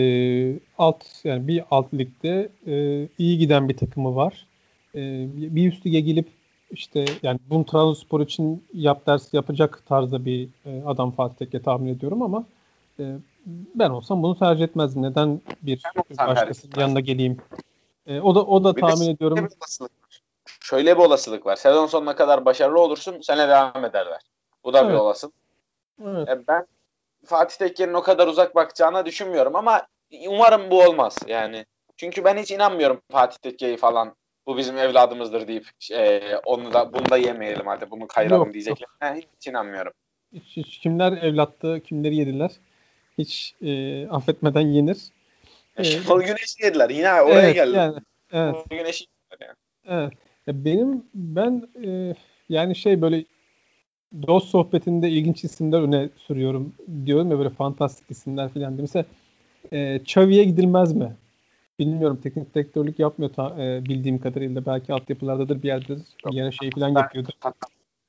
alt yani bir alt ligde e, iyi giden bir takımı var. E, bir üst lige gelip işte yani bunu Trabzonspor için yap ders yapacak tarzda bir e, adam Fatih Tekke tahmin ediyorum ama e, ben olsam bunu tercih etmezdim. Neden bir Ben olsam tercih başkasının yanına etmezdim. geleyim? E, o da o da Bir de tahmin şöyle ediyorum. bir olasılık var. Şöyle bir olasılık var. Sezon sonuna kadar başarılı olursun, sene devam ederler. Bu da bir Evet, olasılık. evet. E, ben Fatih Tekke'nin o kadar uzak bakacağına düşünmüyorum ama umarım bu olmaz yani. Çünkü ben hiç inanmıyorum Fatih Tekke'yi falan bu bizim evladımızdır deyip e, onu da bunu da yemeyelim hadi bunu Yok, kayıralım yok. diyecekler. Ben hiç inanmıyorum. Hiç, hiç kimler evlattı, kimleri yediler. Hiç e, affetmeden yenir. E, E, Şenol Güneş'i yediler. Yine oraya evet geldiler. yani evet, Şenol Güneş'i yediler yani. evet. Ya benim ben e, yani şey böyle dost sohbetinde ilginç isimler öne sürüyorum diyorum ya böyle fantastik isimler falan diye. Mesela e, Xavi'ye gidilmez mi? Bilmiyorum teknik direktörlük yapmıyor ta, e, bildiğim kadarıyla. Belki altyapılardadır bir yerdedir. Bir Yok. yere şey falan Ben yapıyordur. Katar-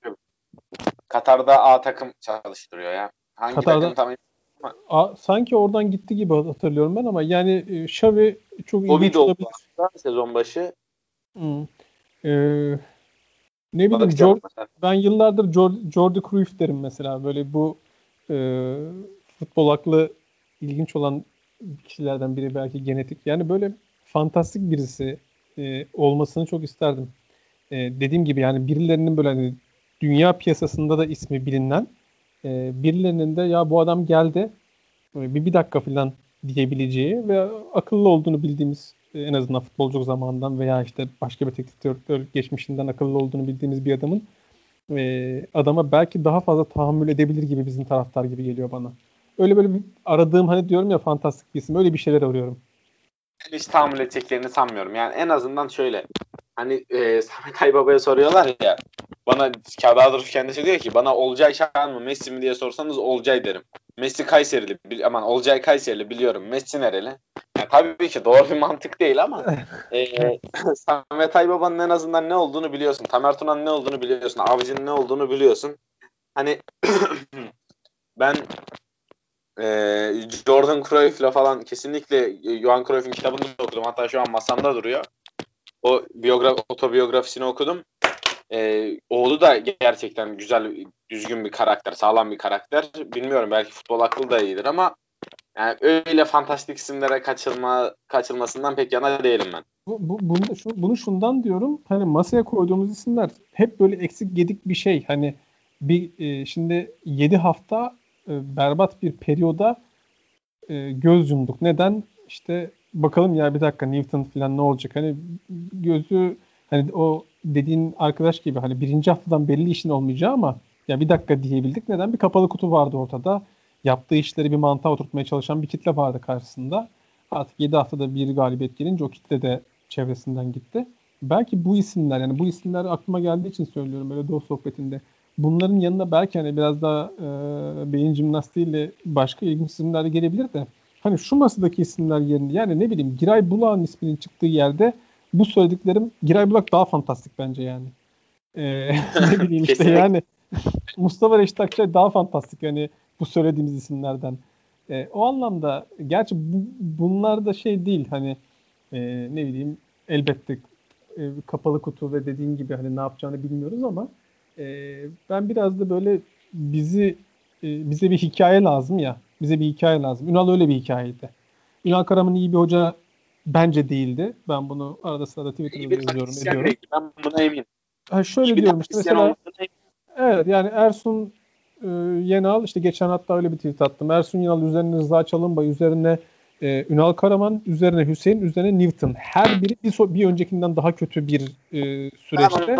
Katar'da A takım çalıştırıyor ya. Hangi takım Katar'da tam ama a, sanki oradan gitti gibi hatırlıyorum ben ama yani e, Xavi çok Covid ilginç oldu olabilir. aslında sezon başı. Hmm. Ee, ne bileyim Bakacağım Jor- mesela. ben yıllardır Jor- Jordi Cruyff derim mesela böyle bu e, futbol aklı ilginç olan kişilerden biri belki genetik yani böyle fantastik birisi e, olmasını çok isterdim. E, dediğim gibi yani birilerinin böyle hani dünya piyasasında da ismi bilinen e, birilerinin de ya bu adam geldi böyle bir, bir dakika falan diyebileceği ve akıllı olduğunu bildiğimiz e, en azından futbolculuk zamanından veya işte başka bir teknik direktör geçmişinden akıllı olduğunu bildiğimiz bir adamın e, adama belki daha fazla tahammül edebilir gibi bizim taraftar gibi geliyor bana. öyle böyle bir aradığım hani diyorum ya fantastik bir isim. Öyle bir şeyler arıyorum. Hiç tahammül edeceklerini sanmıyorum. Yani en azından şöyle. Hani e, Samet Aybaba'ya soruyorlar ya. Bana kağıda durup kendisi diyor ki bana Olcay Şahan mı Messi mi diye sorsanız Olcay derim. Messi Kayserili. Bil, aman Olcay Kayserili biliyorum. Messi nereli? Yani tabii ki doğru bir mantık değil ama e, Samet Aybaba'nın en azından ne olduğunu biliyorsun. Tamer Tuna'nın ne olduğunu biliyorsun. Avcı'nın ne olduğunu biliyorsun. Hani ben e, Jordan Cruyff'la falan kesinlikle Johan Cruyff'in kitabını da okudum. Hatta şu an masamda duruyor. O biyogra otobiyografisini okudum. Ee, oğlu da gerçekten güzel, düzgün bir karakter, sağlam bir karakter. Bilmiyorum belki futbol aklı da iyidir ama yani öyle fantastik isimlere kaçılma kaçılmasından pek yana değilim ben. Bu, bu, bunu, şu, bunu şundan diyorum. Hani masaya koyduğumuz isimler hep böyle eksik gedik bir şey. Hani bir e, şimdi yedi hafta e, berbat bir periyoda e, göz yumduk. Neden? İşte bakalım ya bir dakika Newton falan ne olacak? Hani gözü hani o dediğin arkadaş gibi hani birinci haftadan belli işin olmayacağı ama ya bir dakika diyebildik. Neden? Bir kapalı kutu vardı ortada. Yaptığı işleri bir mantığa oturtmaya çalışan bir kitle vardı karşısında. Artık yedi haftada bir galibiyet gelince o kitle de çevresinden gitti. Belki bu isimler yani bu isimler aklıma geldiği için söylüyorum böyle dost sohbetinde. Bunların yanında belki hani biraz daha e, beyin jimnastiğiyle başka ilginç isimler de gelebilir de hani şu masadaki isimler yerine yani ne bileyim Giray Bulak'ın isminin çıktığı yerde bu söylediklerim Giray Bulak daha fantastik bence yani. E, ne bileyim işte yani Mustafa Reşit Akçay daha fantastik yani bu söylediğimiz isimlerden. E, o anlamda gerçi bu, bunlar da şey değil hani e, ne bileyim elbette e, kapalı kutu ve dediğin gibi hani ne yapacağını bilmiyoruz ama e, ben biraz da böyle bizi e, bize bir hikaye lazım ya. Bize bir hikaye lazım. Ünal öyle bir hikayeydi. Ünal Karaman iyi bir hoca bence değildi. Ben bunu arada sırada Twitter'da da yazıyorum, ediyorum. Ben buna eminim. Ha şöyle diyorum işte mesela evet yani Ersun e, Yenal işte geçen hatta öyle bir tweet attım. Ersun Yenal üzerine Rıza Çalınbay üzerine e, Ünal Karaman üzerine Hüseyin üzerine Newton. Her biri bir, so- bir öncekinden daha kötü bir e, süreçte.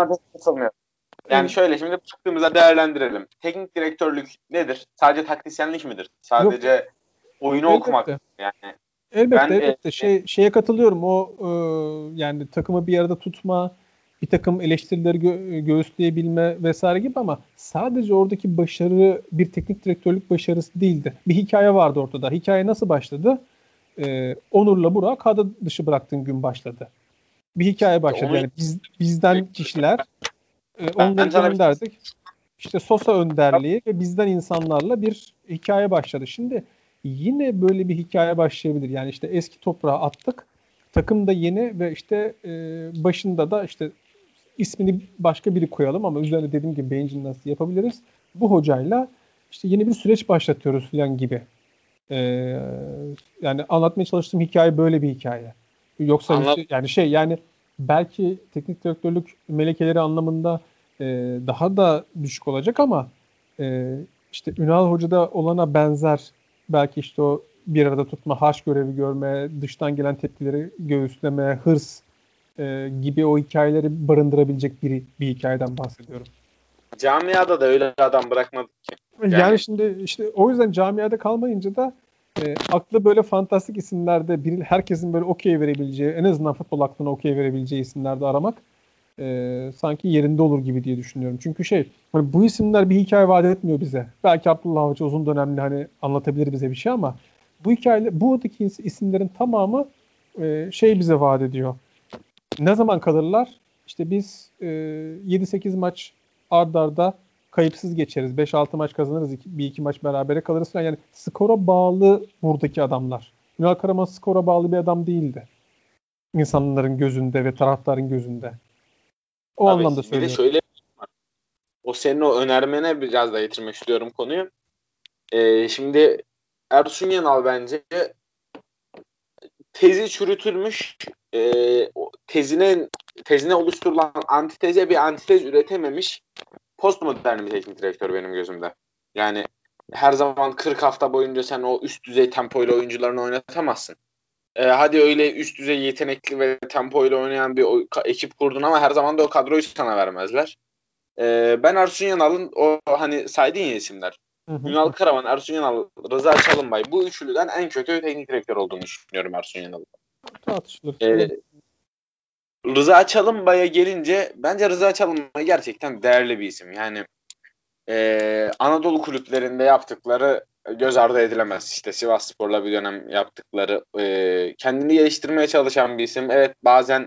Yani şöyle şimdi baktığımızda değerlendirelim. Teknik direktörlük nedir? Sadece taktisyenlik midir? Sadece Yok. oyunu elbette. okumak yani. Elbette ben, elbette. E, şey şeye katılıyorum. O e, yani takımı bir arada tutma, bir takım eleştirileri gö- göğüsleyebilme vesaire gibi ama sadece oradaki başarı bir teknik direktörlük başarısı değildi. Bir hikaye vardı ortada. Hikaye nasıl başladı? Ee, Onur'la Burak kadro dışı bıraktığın gün başladı. Bir hikaye başladı. Onu... Yani biz, bizden kişiler e, onları gönderdik. İşte Sosa önderliği ve bizden insanlarla bir hikaye başladı. Şimdi yine böyle bir hikaye başlayabilir. Yani işte eski toprağa attık. Takım da yeni ve işte e, başında da işte ismini başka biri koyalım ama üzerine dediğim gibi beyin jimnastiği yapabiliriz. Bu hocayla işte yeni bir süreç başlatıyoruz falan gibi. Ee, yani anlatmaya çalıştığım hikaye böyle bir hikaye. Yoksa Anlat- hiç, yani şey yani belki teknik direktörlük melekeleri anlamında e, daha da düşük olacak ama e, işte Ünal Hoca'da olana benzer belki işte o bir arada tutma, haş görevi görme, dıştan gelen tepkileri göğüsleme, hırs e, gibi o hikayeleri barındırabilecek bir, bir hikayeden bahsediyorum. Camiada da öyle adam bırakmadık ki. Yani, yani şimdi işte o yüzden camiada kalmayınca da e, aklı böyle fantastik isimlerde bir, herkesin böyle okey verebileceği, en azından futbol aklına okey verebileceği isimlerde aramak e, sanki yerinde olur gibi diye düşünüyorum. Çünkü şey hani bu isimler bir hikaye vaat etmiyor bize. Belki Abdullah Hoca uzun dönemli hani anlatabilir bize bir şey ama bu hikaye, buradaki isimlerin tamamı e, şey bize vaat ediyor. Ne zaman kalırlar? İşte biz e, yedi sekiz maç ard arda kayıpsız geçeriz. beş altı maç kazanırız. Bir iki maç berabere kalırız falan. Yani skora bağlı buradaki adamlar. Ünal Karaman skora bağlı bir adam değildi. İnsanların gözünde ve taraftarın gözünde. O Abi, anlamda söylüyorum. Bir de şöyle o senin o önermene biraz da getirmek istiyorum konuyu. Ee, şimdi Ersun Yanal bence tezi çürütülmüş e, tezine tezine oluşturulan antiteze bir antitez üretememiş postmodern bir teknik direktör benim gözümde. Yani her zaman kırk hafta boyunca sen o üst düzey tempoyla oyuncularını oynatamazsın. Ee, hadi öyle üst düzey yetenekli ve tempoyla oynayan bir o, ekip kurdun ama her zaman da o kadroyu sana vermezler. Ee, ben Ersun Yanal'ın o hani saydığın ya isimler. Hı hı. Ünal Karaman, Ersun Yanal, Rıza Çalınbay, bu üçlüden en kötü teknik direktör olduğunu düşünüyorum Ersun Yanal'ın. Tartışılır. Ee, Rıza Çalınbay'a gelince bence Rıza Çalınbay gerçekten değerli bir isim. Yani e, Anadolu kulüplerinde yaptıkları göz ardı edilemez. İşte Sivasspor'la bir dönem yaptıkları, e, kendini geliştirmeye çalışan bir isim. Evet, bazen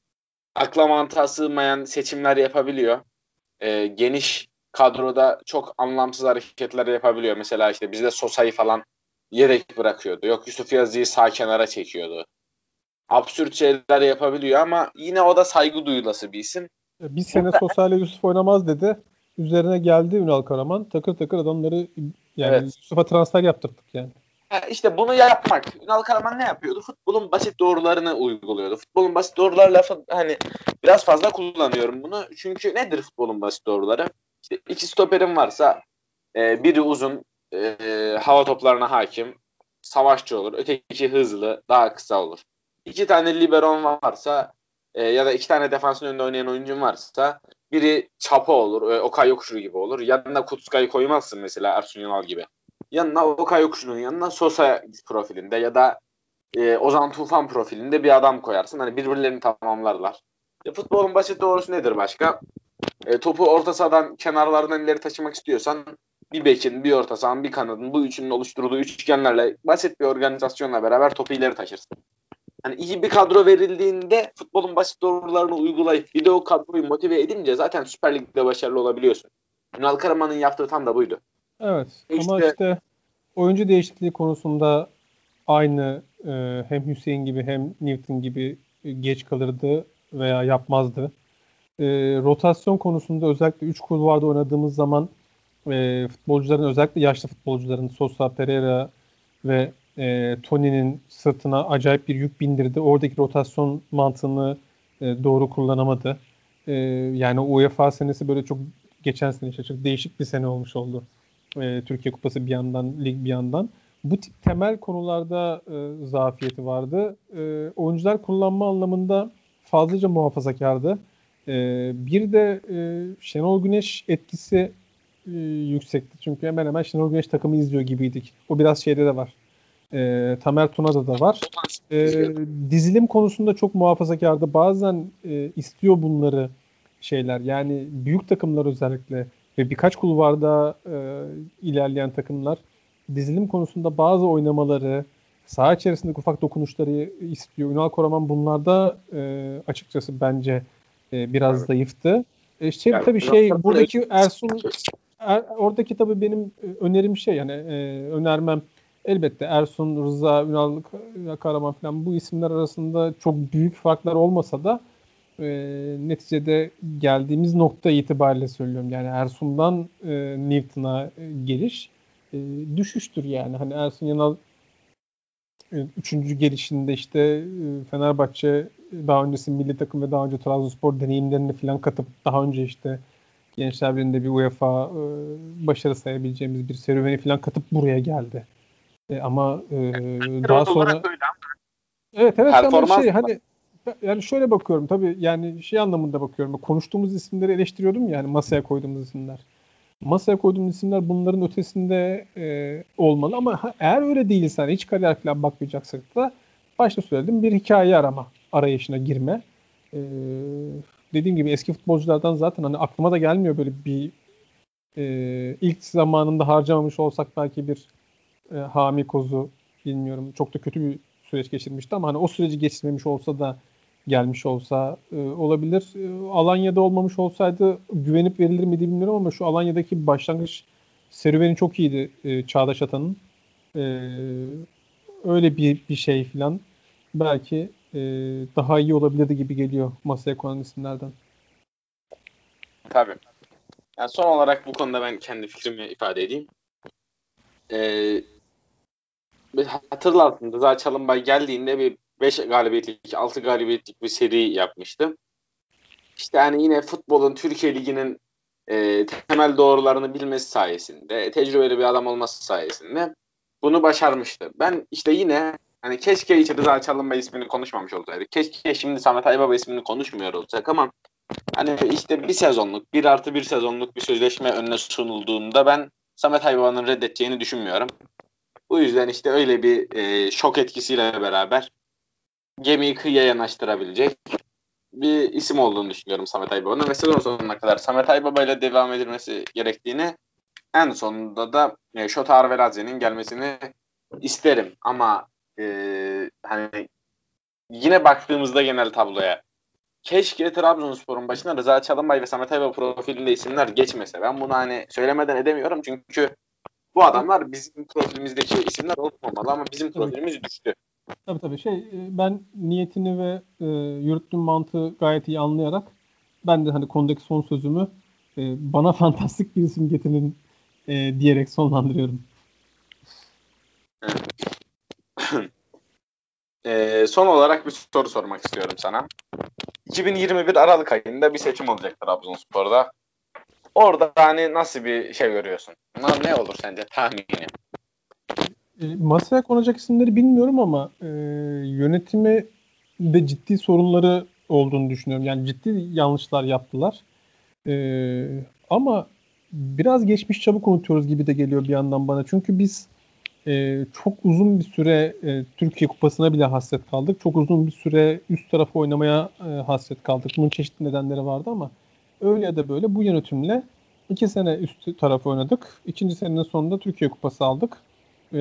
akla mantığa sığmayan seçimler yapabiliyor. E, geniş kadroda çok anlamsız hareketler yapabiliyor. Mesela işte bizde Sosa'yı falan yedek bırakıyordu. Yok, Yusuf Yazıcı'yı sağ kenara çekiyordu. Absürt şeyler yapabiliyor ama yine o da saygı duyulası bir isim. Bir sene Burada Sosyal Yusuf oynamaz dedi. Üzerine geldi Ünal Karaman. Takır takır adamları, yani evet. Yusuf'a transfer yaptırdık yani. Ha, işte bunu yapmak. Ünal Karaman ne yapıyordu? Futbolun basit doğrularını uyguluyordu. Futbolun basit doğruları lafı hani biraz fazla kullanıyorum bunu. Çünkü nedir futbolun basit doğruları? İşte iki stoperin varsa e, biri uzun, e, hava toplarına hakim, savaşçı olur. Öteki hızlı, daha kısa olur. İki tane liberon varsa e, ya da iki tane defansın önünde oynayan oyuncun varsa biri çapa olur, e, Okay Yokuşlu gibi olur. Yanına Kutuska'yı koymazsın mesela, Ersun Yanal gibi. Yanına Okay Yokuşlu'nun yanına Sosa profilinde ya da e, Ozan Tufan profilinde bir adam koyarsın. Hani birbirlerini tamamlarlar. E, futbolun basit doğrusu nedir başka? E, topu orta sahadan kenarlardan ileri taşımak istiyorsan bir bekin, bir orta sahanın, bir kanadın, bu üçünün oluşturduğu üçgenlerle basit bir organizasyonla beraber topu ileri taşırsın. Hani iyi bir kadro verildiğinde futbolun basit doğrularını uygulayıp bir de o kadroyu motive edince zaten Süper Lig'de başarılı olabiliyorsun. Ünal Karaman'ın yaptığı tam da buydu. Evet ama İşte işte oyuncu değişikliği konusunda aynı, e, hem Hüseyin gibi hem Newton gibi e, geç kalırdı veya yapmazdı. E, rotasyon konusunda özellikle üç kulvarda oynadığımız zaman e, futbolcuların, özellikle yaşlı futbolcuların Sosa, Pereira ve e, Tony'nin sırtına acayip bir yük bindirdi. Oradaki rotasyon mantığını e, doğru kullanamadı. E, yani UEFA senesi böyle çok, geçen sene işte çok değişik bir sene olmuş oldu. E, Türkiye Kupası bir yandan, lig bir yandan. Bu tip temel konularda e, zafiyeti vardı. E, oyuncular kullanma anlamında fazlaca muhafazakardı. E, bir de e, Şenol Güneş etkisi e, yüksekti. Çünkü hemen hemen Şenol Güneş takımı izliyor gibiydik. O biraz şeyde de var. E, Tamer Tuna'da da var. E, dizilim konusunda çok muhafazakardı. Bazen e, istiyor bunları şeyler. Yani büyük takımlar özellikle ve birkaç kulvarda e, ilerleyen takımlar dizilim konusunda bazı oynamaları, saha içerisindeki ufak dokunuşları istiyor. Ünal Koraman bunlarda e, açıkçası bence e, biraz evet. zayıftı. E, şey, Yani tabii şey, buradaki Ersun, er, oradaki tabii benim e, önerim şey, yani e, önermem elbette Ersun, Rıza, Ünal Karaman falan, bu isimler arasında çok büyük farklar olmasa da e, neticede geldiğimiz nokta itibariyle söylüyorum. Yani Ersun'dan e, Newton'a e, geliş e, düşüştür yani. Hani Ersun Yanal e, üçüncü gelişinde işte e, Fenerbahçe daha öncesi milli takım ve daha önce Trabzonspor deneyimlerini falan katıp daha önce işte Gençler Birliği'nde bir UEFA e, başarı sayabileceğimiz bir serüveni falan katıp buraya geldi. E, ama e, daha sonra olarak öyle ama evet evet ama performans şey, hani yani şöyle bakıyorum tabii, yani şey anlamında bakıyorum. Konuştuğumuz isimleri eleştiriyordum ya, yani masaya koyduğumuz isimler. Masaya koyduğumuz isimler bunların ötesinde e, olmalı ama ha, eğer öyle değilse, hani hiç kariyer falan bakmayacaksak da başta söyledim, bir hikaye arama arayışına girme. E, dediğim gibi eski futbolculardan zaten hani aklıma da gelmiyor böyle bir e, ilk zamanında harcamamış olsak belki bir e, Hami Koz'u, bilmiyorum, çok da kötü bir süreç geçirmişti ama hani o süreci geçirmemiş olsa da gelmiş olsa e, olabilir. E, Alanya'da olmamış olsaydı güvenip verilir miydi bilmiyorum ama şu Alanya'daki başlangıç serüveni çok iyiydi e, Çağdaş Atan'ın. E, öyle bir bir şey falan belki e, daha iyi olabilirdi gibi geliyor masaya konan isimlerden. tabii. Yani son olarak bu konuda ben kendi fikrimi ifade edeyim. Ee, Hatırlarsın, Rıza Çalınbay geldiğinde bir beş galibiyetlik, altı galibiyetlik bir seri yapmıştı. İşte hani yine futbolun, Türkiye Ligi'nin e, temel doğrularını bilmesi sayesinde, tecrübeli bir adam olması sayesinde bunu başarmıştı. Ben işte yine hani keşke hiç Rıza Çalınbay ismini konuşmamış olsaydık. Keşke şimdi Samet Aybaba ismini konuşmuyor olsak ama hani işte bir sezonluk, bir artı bir sezonluk bir sözleşme önüne sunulduğunda ben Samet Aybaba'nın reddedeceğini düşünmüyorum. Bu yüzden işte öyle bir e, şok etkisiyle beraber gemiyi kıyıya yanaştırabilecek bir isim olduğunu düşünüyorum Samet Aybaba'nın ve sezon sonuna kadar Samet Aybaba ile devam edilmesi gerektiğini, en sonunda da e, Şota Arveladze'nin gelmesini isterim. Ama e, hani yine baktığımızda genel tabloya keşke Trabzonspor'un başına Rıza Çalınbay ve Samet Aybaba profilinde isimler geçmese. Ben bunu hani söylemeden edemiyorum çünkü bu adamlar bizim profilimizdeki isimler olmamalı ama bizim profilimiz düştü. Tabii tabii. Şey, e, ben niyetini ve e, yürüttüğüm mantığı gayet iyi anlayarak ben de hani konudaki son sözümü e, bana fantastik bir isim getirin e, diyerek sonlandırıyorum. e, son olarak bir soru sormak istiyorum sana. iki bin yirmi bir Aralık ayında bir seçim olacak Trabzonspor'da. Orada hani nasıl bir şey görüyorsun? Ne olur sence tahmini? E, masaya konacak isimleri bilmiyorum ama e, yönetimi de ciddi sorunları olduğunu düşünüyorum. Yani ciddi yanlışlar yaptılar. E, ama biraz geçmiş çabuk unutuyoruz gibi de geliyor bir yandan bana. Çünkü biz e, çok uzun bir süre e, Türkiye Kupası'na bile hasret kaldık. Çok uzun bir süre üst tarafa oynamaya e, hasret kaldık. Bunun çeşitli nedenleri vardı ama öyle ya da böyle bu yönetimle iki sene üst tarafa oynadık. İkinci senenin sonunda Türkiye Kupası aldık. E,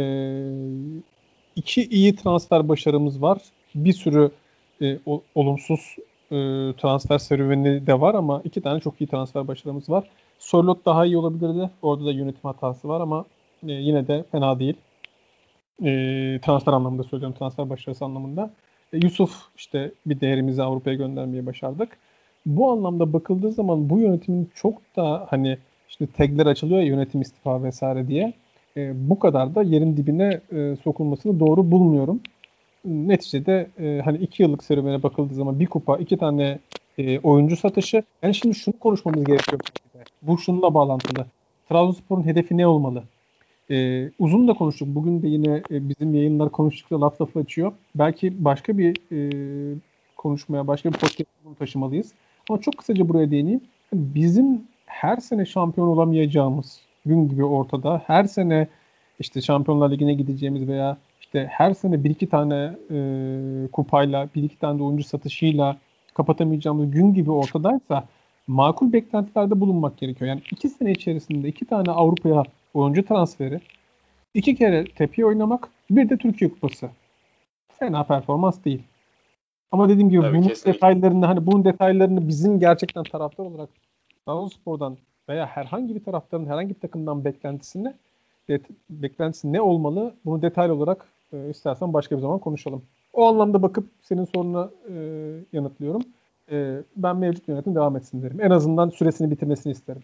iki iyi transfer başarımız var. Bir sürü e, o, olumsuz e, transfer serüveni de var ama iki tane çok iyi transfer başarımız var. Sörloth daha iyi olabilirdi. Orada da yönetim hatası var ama e, yine de fena değil. E, transfer anlamında söylüyorum. Transfer başarısı anlamında. E, Yusuf işte bir değerimizi Avrupa'ya göndermeyi başardık. Bu anlamda bakıldığı zaman bu yönetimin çok da hani işte tagler açılıyor ya, yönetim istifa vesaire diye. E, bu kadar da yerin dibine e, sokulmasını doğru bulmuyorum. Neticede e, hani iki yıllık serüvene bakıldığı zaman bir kupa, iki tane e, oyuncu satışı. Yani şimdi şunu konuşmamız gerekiyor. Bu şununla bağlantılı. Trabzonspor'un hedefi ne olmalı? E, uzun da konuştuk. Bugün de yine e, bizim yayınlar konuştukça laf lafı açıyor. Belki başka bir e, konuşmaya, başka bir podcast bunu taşımalıyız. Ama çok kısaca buraya değineyim. Bizim her sene şampiyon olamayacağımız gün gibi ortada. Her sene işte Şampiyonlar Ligi'ne gideceğimiz veya işte her sene bir iki tane e, kupayla, bir iki tane de oyuncu satışıyla kapatamayacağımız gün gibi ortadaysa makul beklentilerde bulunmak gerekiyor. Yani iki sene içerisinde iki tane Avrupa'ya oyuncu transferi, iki kere tepiye oynamak, bir de Türkiye Kupası. Fena performans değil. Ama dediğim gibi Tabii bunun kesinlikle. detaylarını hani bunun detaylarını bizim gerçekten taraftar olarak Trabzonspor'dan veya herhangi bir taraftarın herhangi bir takımdan beklentisini det- beklentisi ne olmalı? Bunu detaylı olarak e, istersen başka bir zaman konuşalım. O anlamda bakıp senin soruna e, yanıtlıyorum. E, ben mevcut yönetim devam etsin derim. En azından süresini bitirmesini isterim.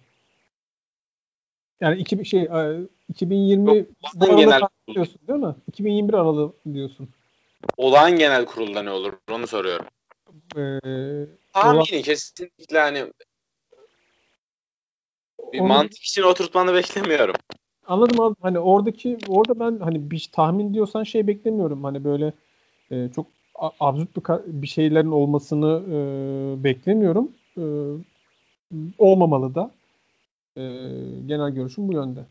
Yani iki, şey e, iki bin yirmi bu Olağan arada genel kurul. diyorsun değil mi? iki bin yirmi bir aralığı diyorsun. Olağan genel kurulda ne olur? Onu soruyorum. Ee, olan, Tahmini kesinlikle hani bir onu mantık için oturtmanı beklemiyorum. anladım abi. Hani oradaki orada ben hani bir tahmin diyorsan şey beklemiyorum. Hani böyle e, çok a- absürt bir, ka- bir şeylerin olmasını e, beklemiyorum. E, olmamalı da. E, genel görüşüm bu yönde.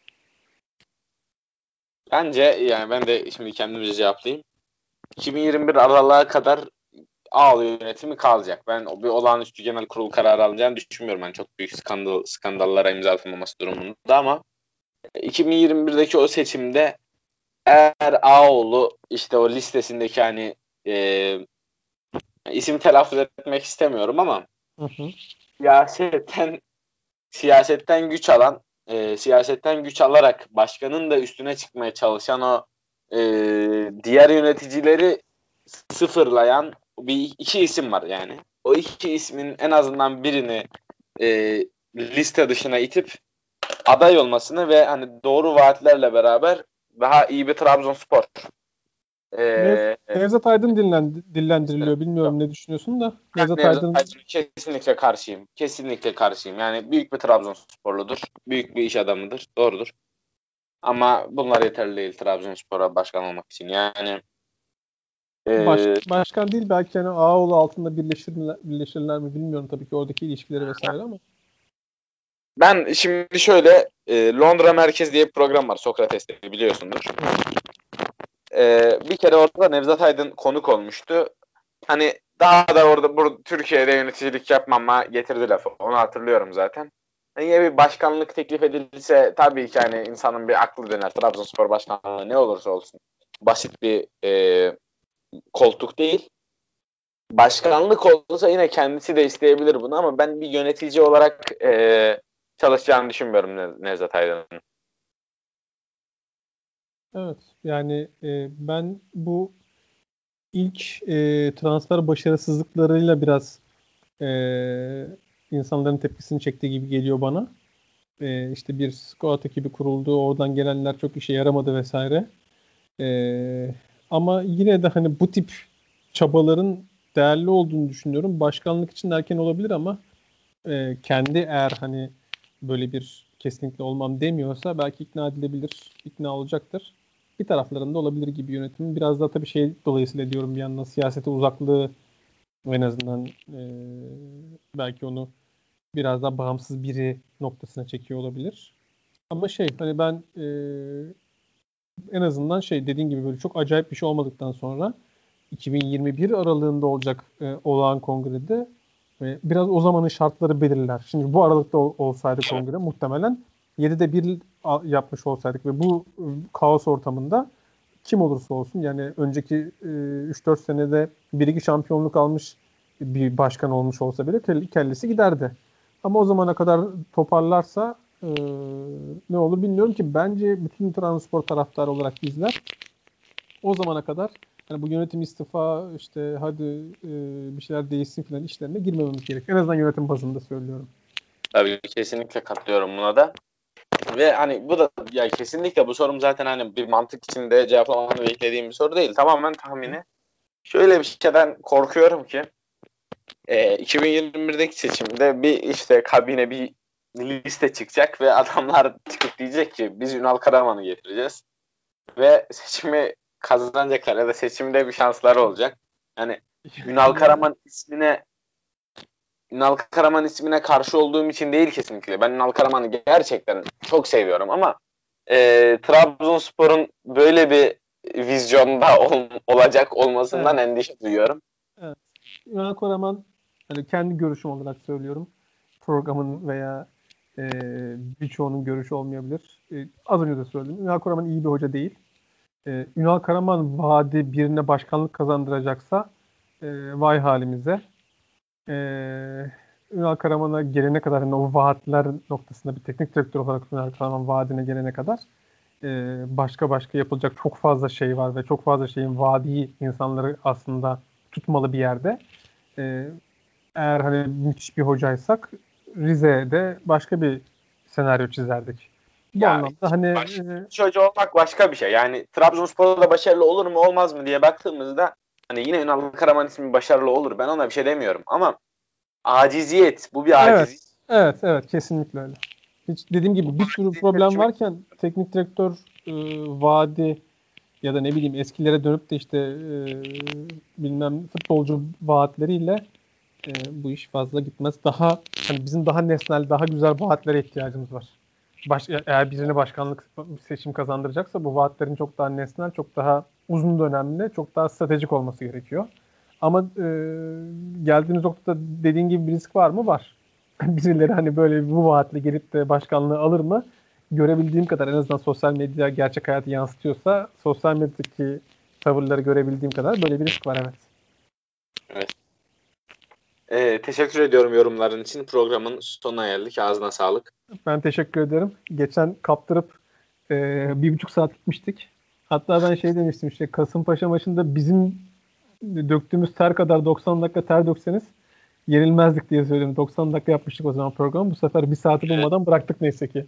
Bence yani ben de şimdi kendimce cevaplayayım. iki bin yirmi bir Aralık'a kadar Ağlı yönetimi kalacak. Ben o bir olağanüstü genel kurul kararı alacağını düşünmüyorum. Yani çok büyük skandal, skandallara imza atılmaması durumunda ama iki bin yirmi birdeki o seçimde eğer Ağoğlu işte o listesindeki hani e, isim telaffuz etmek istemiyorum ama Hı hı. siyasetten siyasetten güç alan e, siyasetten güç alarak başkanın da üstüne çıkmaya çalışan o e, diğer yöneticileri sıfırlayan bir iki isim var yani. O iki ismin en azından birini e, liste dışına itip aday olmasını ve hani doğru vaatlerle beraber daha iyi bir Trabzonspor Nev, e, Nevzat Aydın dinlen, isterim. dillendiriliyor. Bilmiyorum ne düşünüyorsun da. Ben Nevzat Nevzat Aydın Aydın'a kesinlikle karşıyım. Kesinlikle karşıyım. Yani büyük bir Trabzonsporludur. Büyük bir iş adamıdır. Doğrudur. Ama bunlar yeterli değil Trabzonspor'a başkan olmak için. Yani baş, e, başkan değil, belki hani Ağoğlu altında birleşirler, birleşirler mi bilmiyorum tabii ki oradaki ilişkileri vesaire ama Ben şimdi şöyle e, Londra Merkez diye bir program var. Sokrates'te biliyorsundur. E, bir kere orada Nevzat Aydın konuk olmuştu. Hani daha da orada burada Türkiye'de yöneticilik yapmama getirdi lafı. Onu hatırlıyorum zaten. Yani yine bir başkanlık teklif edilse tabii ki hani insanın bir aklı döner. Trabzonspor başkanlığı ne olursa olsun. Basit bir e, koltuk değil. Başkanlık olsa yine kendisi de isteyebilir bunu ama ben bir yönetici olarak e, çalışacağını düşünmüyorum Ne- Nevzat Aydın'ın. Evet. Yani e, ben bu ilk e, transfer başarısızlıklarıyla biraz e, insanların tepkisini çektiği gibi geliyor bana. E, işte bir scout ekibi kuruldu. Oradan gelenler çok işe yaramadı vesaire. E, ama yine de hani bu tip çabaların değerli olduğunu düşünüyorum. Başkanlık için erken olabilir ama e, kendi eğer hani böyle bir kesinlikle olmam demiyorsa belki ikna edilebilir, ikna olacaktır. Bir taraflarında olabilir gibi yönetimin. Biraz daha tabii şey dolayısıyla diyorum bir yandan siyasete uzaklığı en azından e, belki onu biraz daha bağımsız biri noktasına çekiyor olabilir. Ama şey hani ben e, en azından şey dediğin gibi böyle çok acayip bir şey olmadıktan sonra iki bin yirmi bir aralığında olacak e, olağan kongrede e, biraz o zamanın şartları belirler. Şimdi bu aralıkta ol, olsaydı kongre muhtemelen yedide bir yapmış olsaydık ve bu e, kaos ortamında kim olursa olsun yani önceki e, üç dört senede bir iki şampiyonluk almış bir başkan olmuş olsa bile kellesi giderdi. Ama o zamana kadar toparlarsa e, ne olur bilmiyorum ki bence bütün Trabzonspor taraftarı olarak bizler o zamana kadar hani bu yönetim istifa işte hadi e, bir şeyler değişsin filan işlerine girmememiz gerek. En azından yönetim bazında söylüyorum. Tabii kesinlikle katılıyorum buna da. Ve hani bu da ya kesinlikle bu sorum zaten hani bir mantık içinde cevaplamanı beklediğim bir soru değil. Tamamen tahmini. Şöyle bir şeyden korkuyorum ki e, iki bin yirmi birdeki seçimde bir işte kabine bir liste çıkacak ve adamlar çıkıp diyecek ki biz Ünal Karaman'ı getireceğiz. Ve seçimi kazanacaklar ya da seçimde bir şansları olacak. Yani Ünal Karaman ismine Ünal Karaman ismine karşı olduğum için değil kesinlikle. Ben Ünal Karaman'ı gerçekten çok seviyorum ama e, Trabzonspor'un böyle bir vizyonda ol, olacak olmasından Evet. endişe duyuyorum. Evet. Ünal Koraman hani kendi görüşüm olarak söylüyorum. Programın veya e, birçoğunun görüşü olmayabilir. E, az önce de söyledim. Ünal Koraman iyi bir hoca değil. E, Ünal Karaman vaadi birine başkanlık kazandıracaksa e, vay halimize. E, Ünal Karaman'a gelene kadar hani o vaatler noktasında bir teknik direktör olarak Ünal Karaman vaadine gelene kadar e, başka başka yapılacak çok fazla şey var ve çok fazla şeyin vaadi insanları aslında tutmalı bir yerde. E, eğer hani müthiş bir hocaysak Rize'de başka bir senaryo çizerdik. Bu Ya anlamda hani baş, e, hoca olmak başka bir şey. Yani Trabzonspor'da da başarılı olur mu olmaz mı diye baktığımızda hani yine Ünal Karaman ismi başarılı olur. Ben ona bir şey demiyorum ama aciziyet. Bu bir evet, aciziyet. evet, evet kesinlikle öyle. Hiç dediğim Bu gibi bir sürü aciziyete problem düşmek. varken teknik direktör e, vaadi ya da ne bileyim eskilere dönüp de işte e, bilmem futbolcu vaatleriyle e, bu iş fazla gitmez. Daha hani bizim daha nesnel, daha güzel vaatlere ihtiyacımız var. Baş, eğer birine başkanlık seçim kazandıracaksa bu vaatlerin çok daha nesnel, çok daha uzun dönemli, çok daha stratejik olması gerekiyor. Ama e, geldiğimiz noktada dediğin gibi bir risk var mı? Var. Birileri hani böyle bu vaatle gelip de başkanlığı alır mı? Görebildiğim kadar en azından sosyal medya gerçek hayatı yansıtıyorsa sosyal medyadaki tavırları görebildiğim kadar böyle bir risk var evet. Evet. Ee, teşekkür ediyorum yorumların için. Programın sonuna geldik. Ağzına sağlık. Ben teşekkür ederim. Geçen kaptırıp e, bir buçuk saat gitmiştik. Hatta ben şey demiştim işte Kasımpaşa maçında bizim döktüğümüz ter kadar doksan dakika ter dökseniz yenilmezdik diye söyledim. doksan dakika yapmıştık o zaman programı. Bu sefer bir saati Evet. bulmadan bıraktık neyse ki.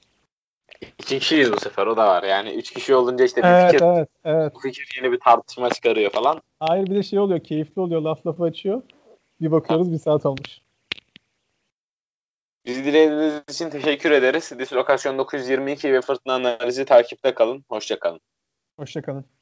İki kişiyiz bu sefer. O da var. Yani üç kişi olunca işte bir Evet, fikir evet, evet. bu fikir yeni bir tartışma çıkarıyor falan. Hayır bir de şey oluyor, keyifli oluyor. Laf lafı açıyor. Bir bakıyoruz bir saat olmuş. Bizi dinlediğiniz için teşekkür ederiz. Dislokasyon dokuz yüz yirmi iki ve Fırtına Analizi takipte kalın. Hoşça kalın. Hoşça kalın.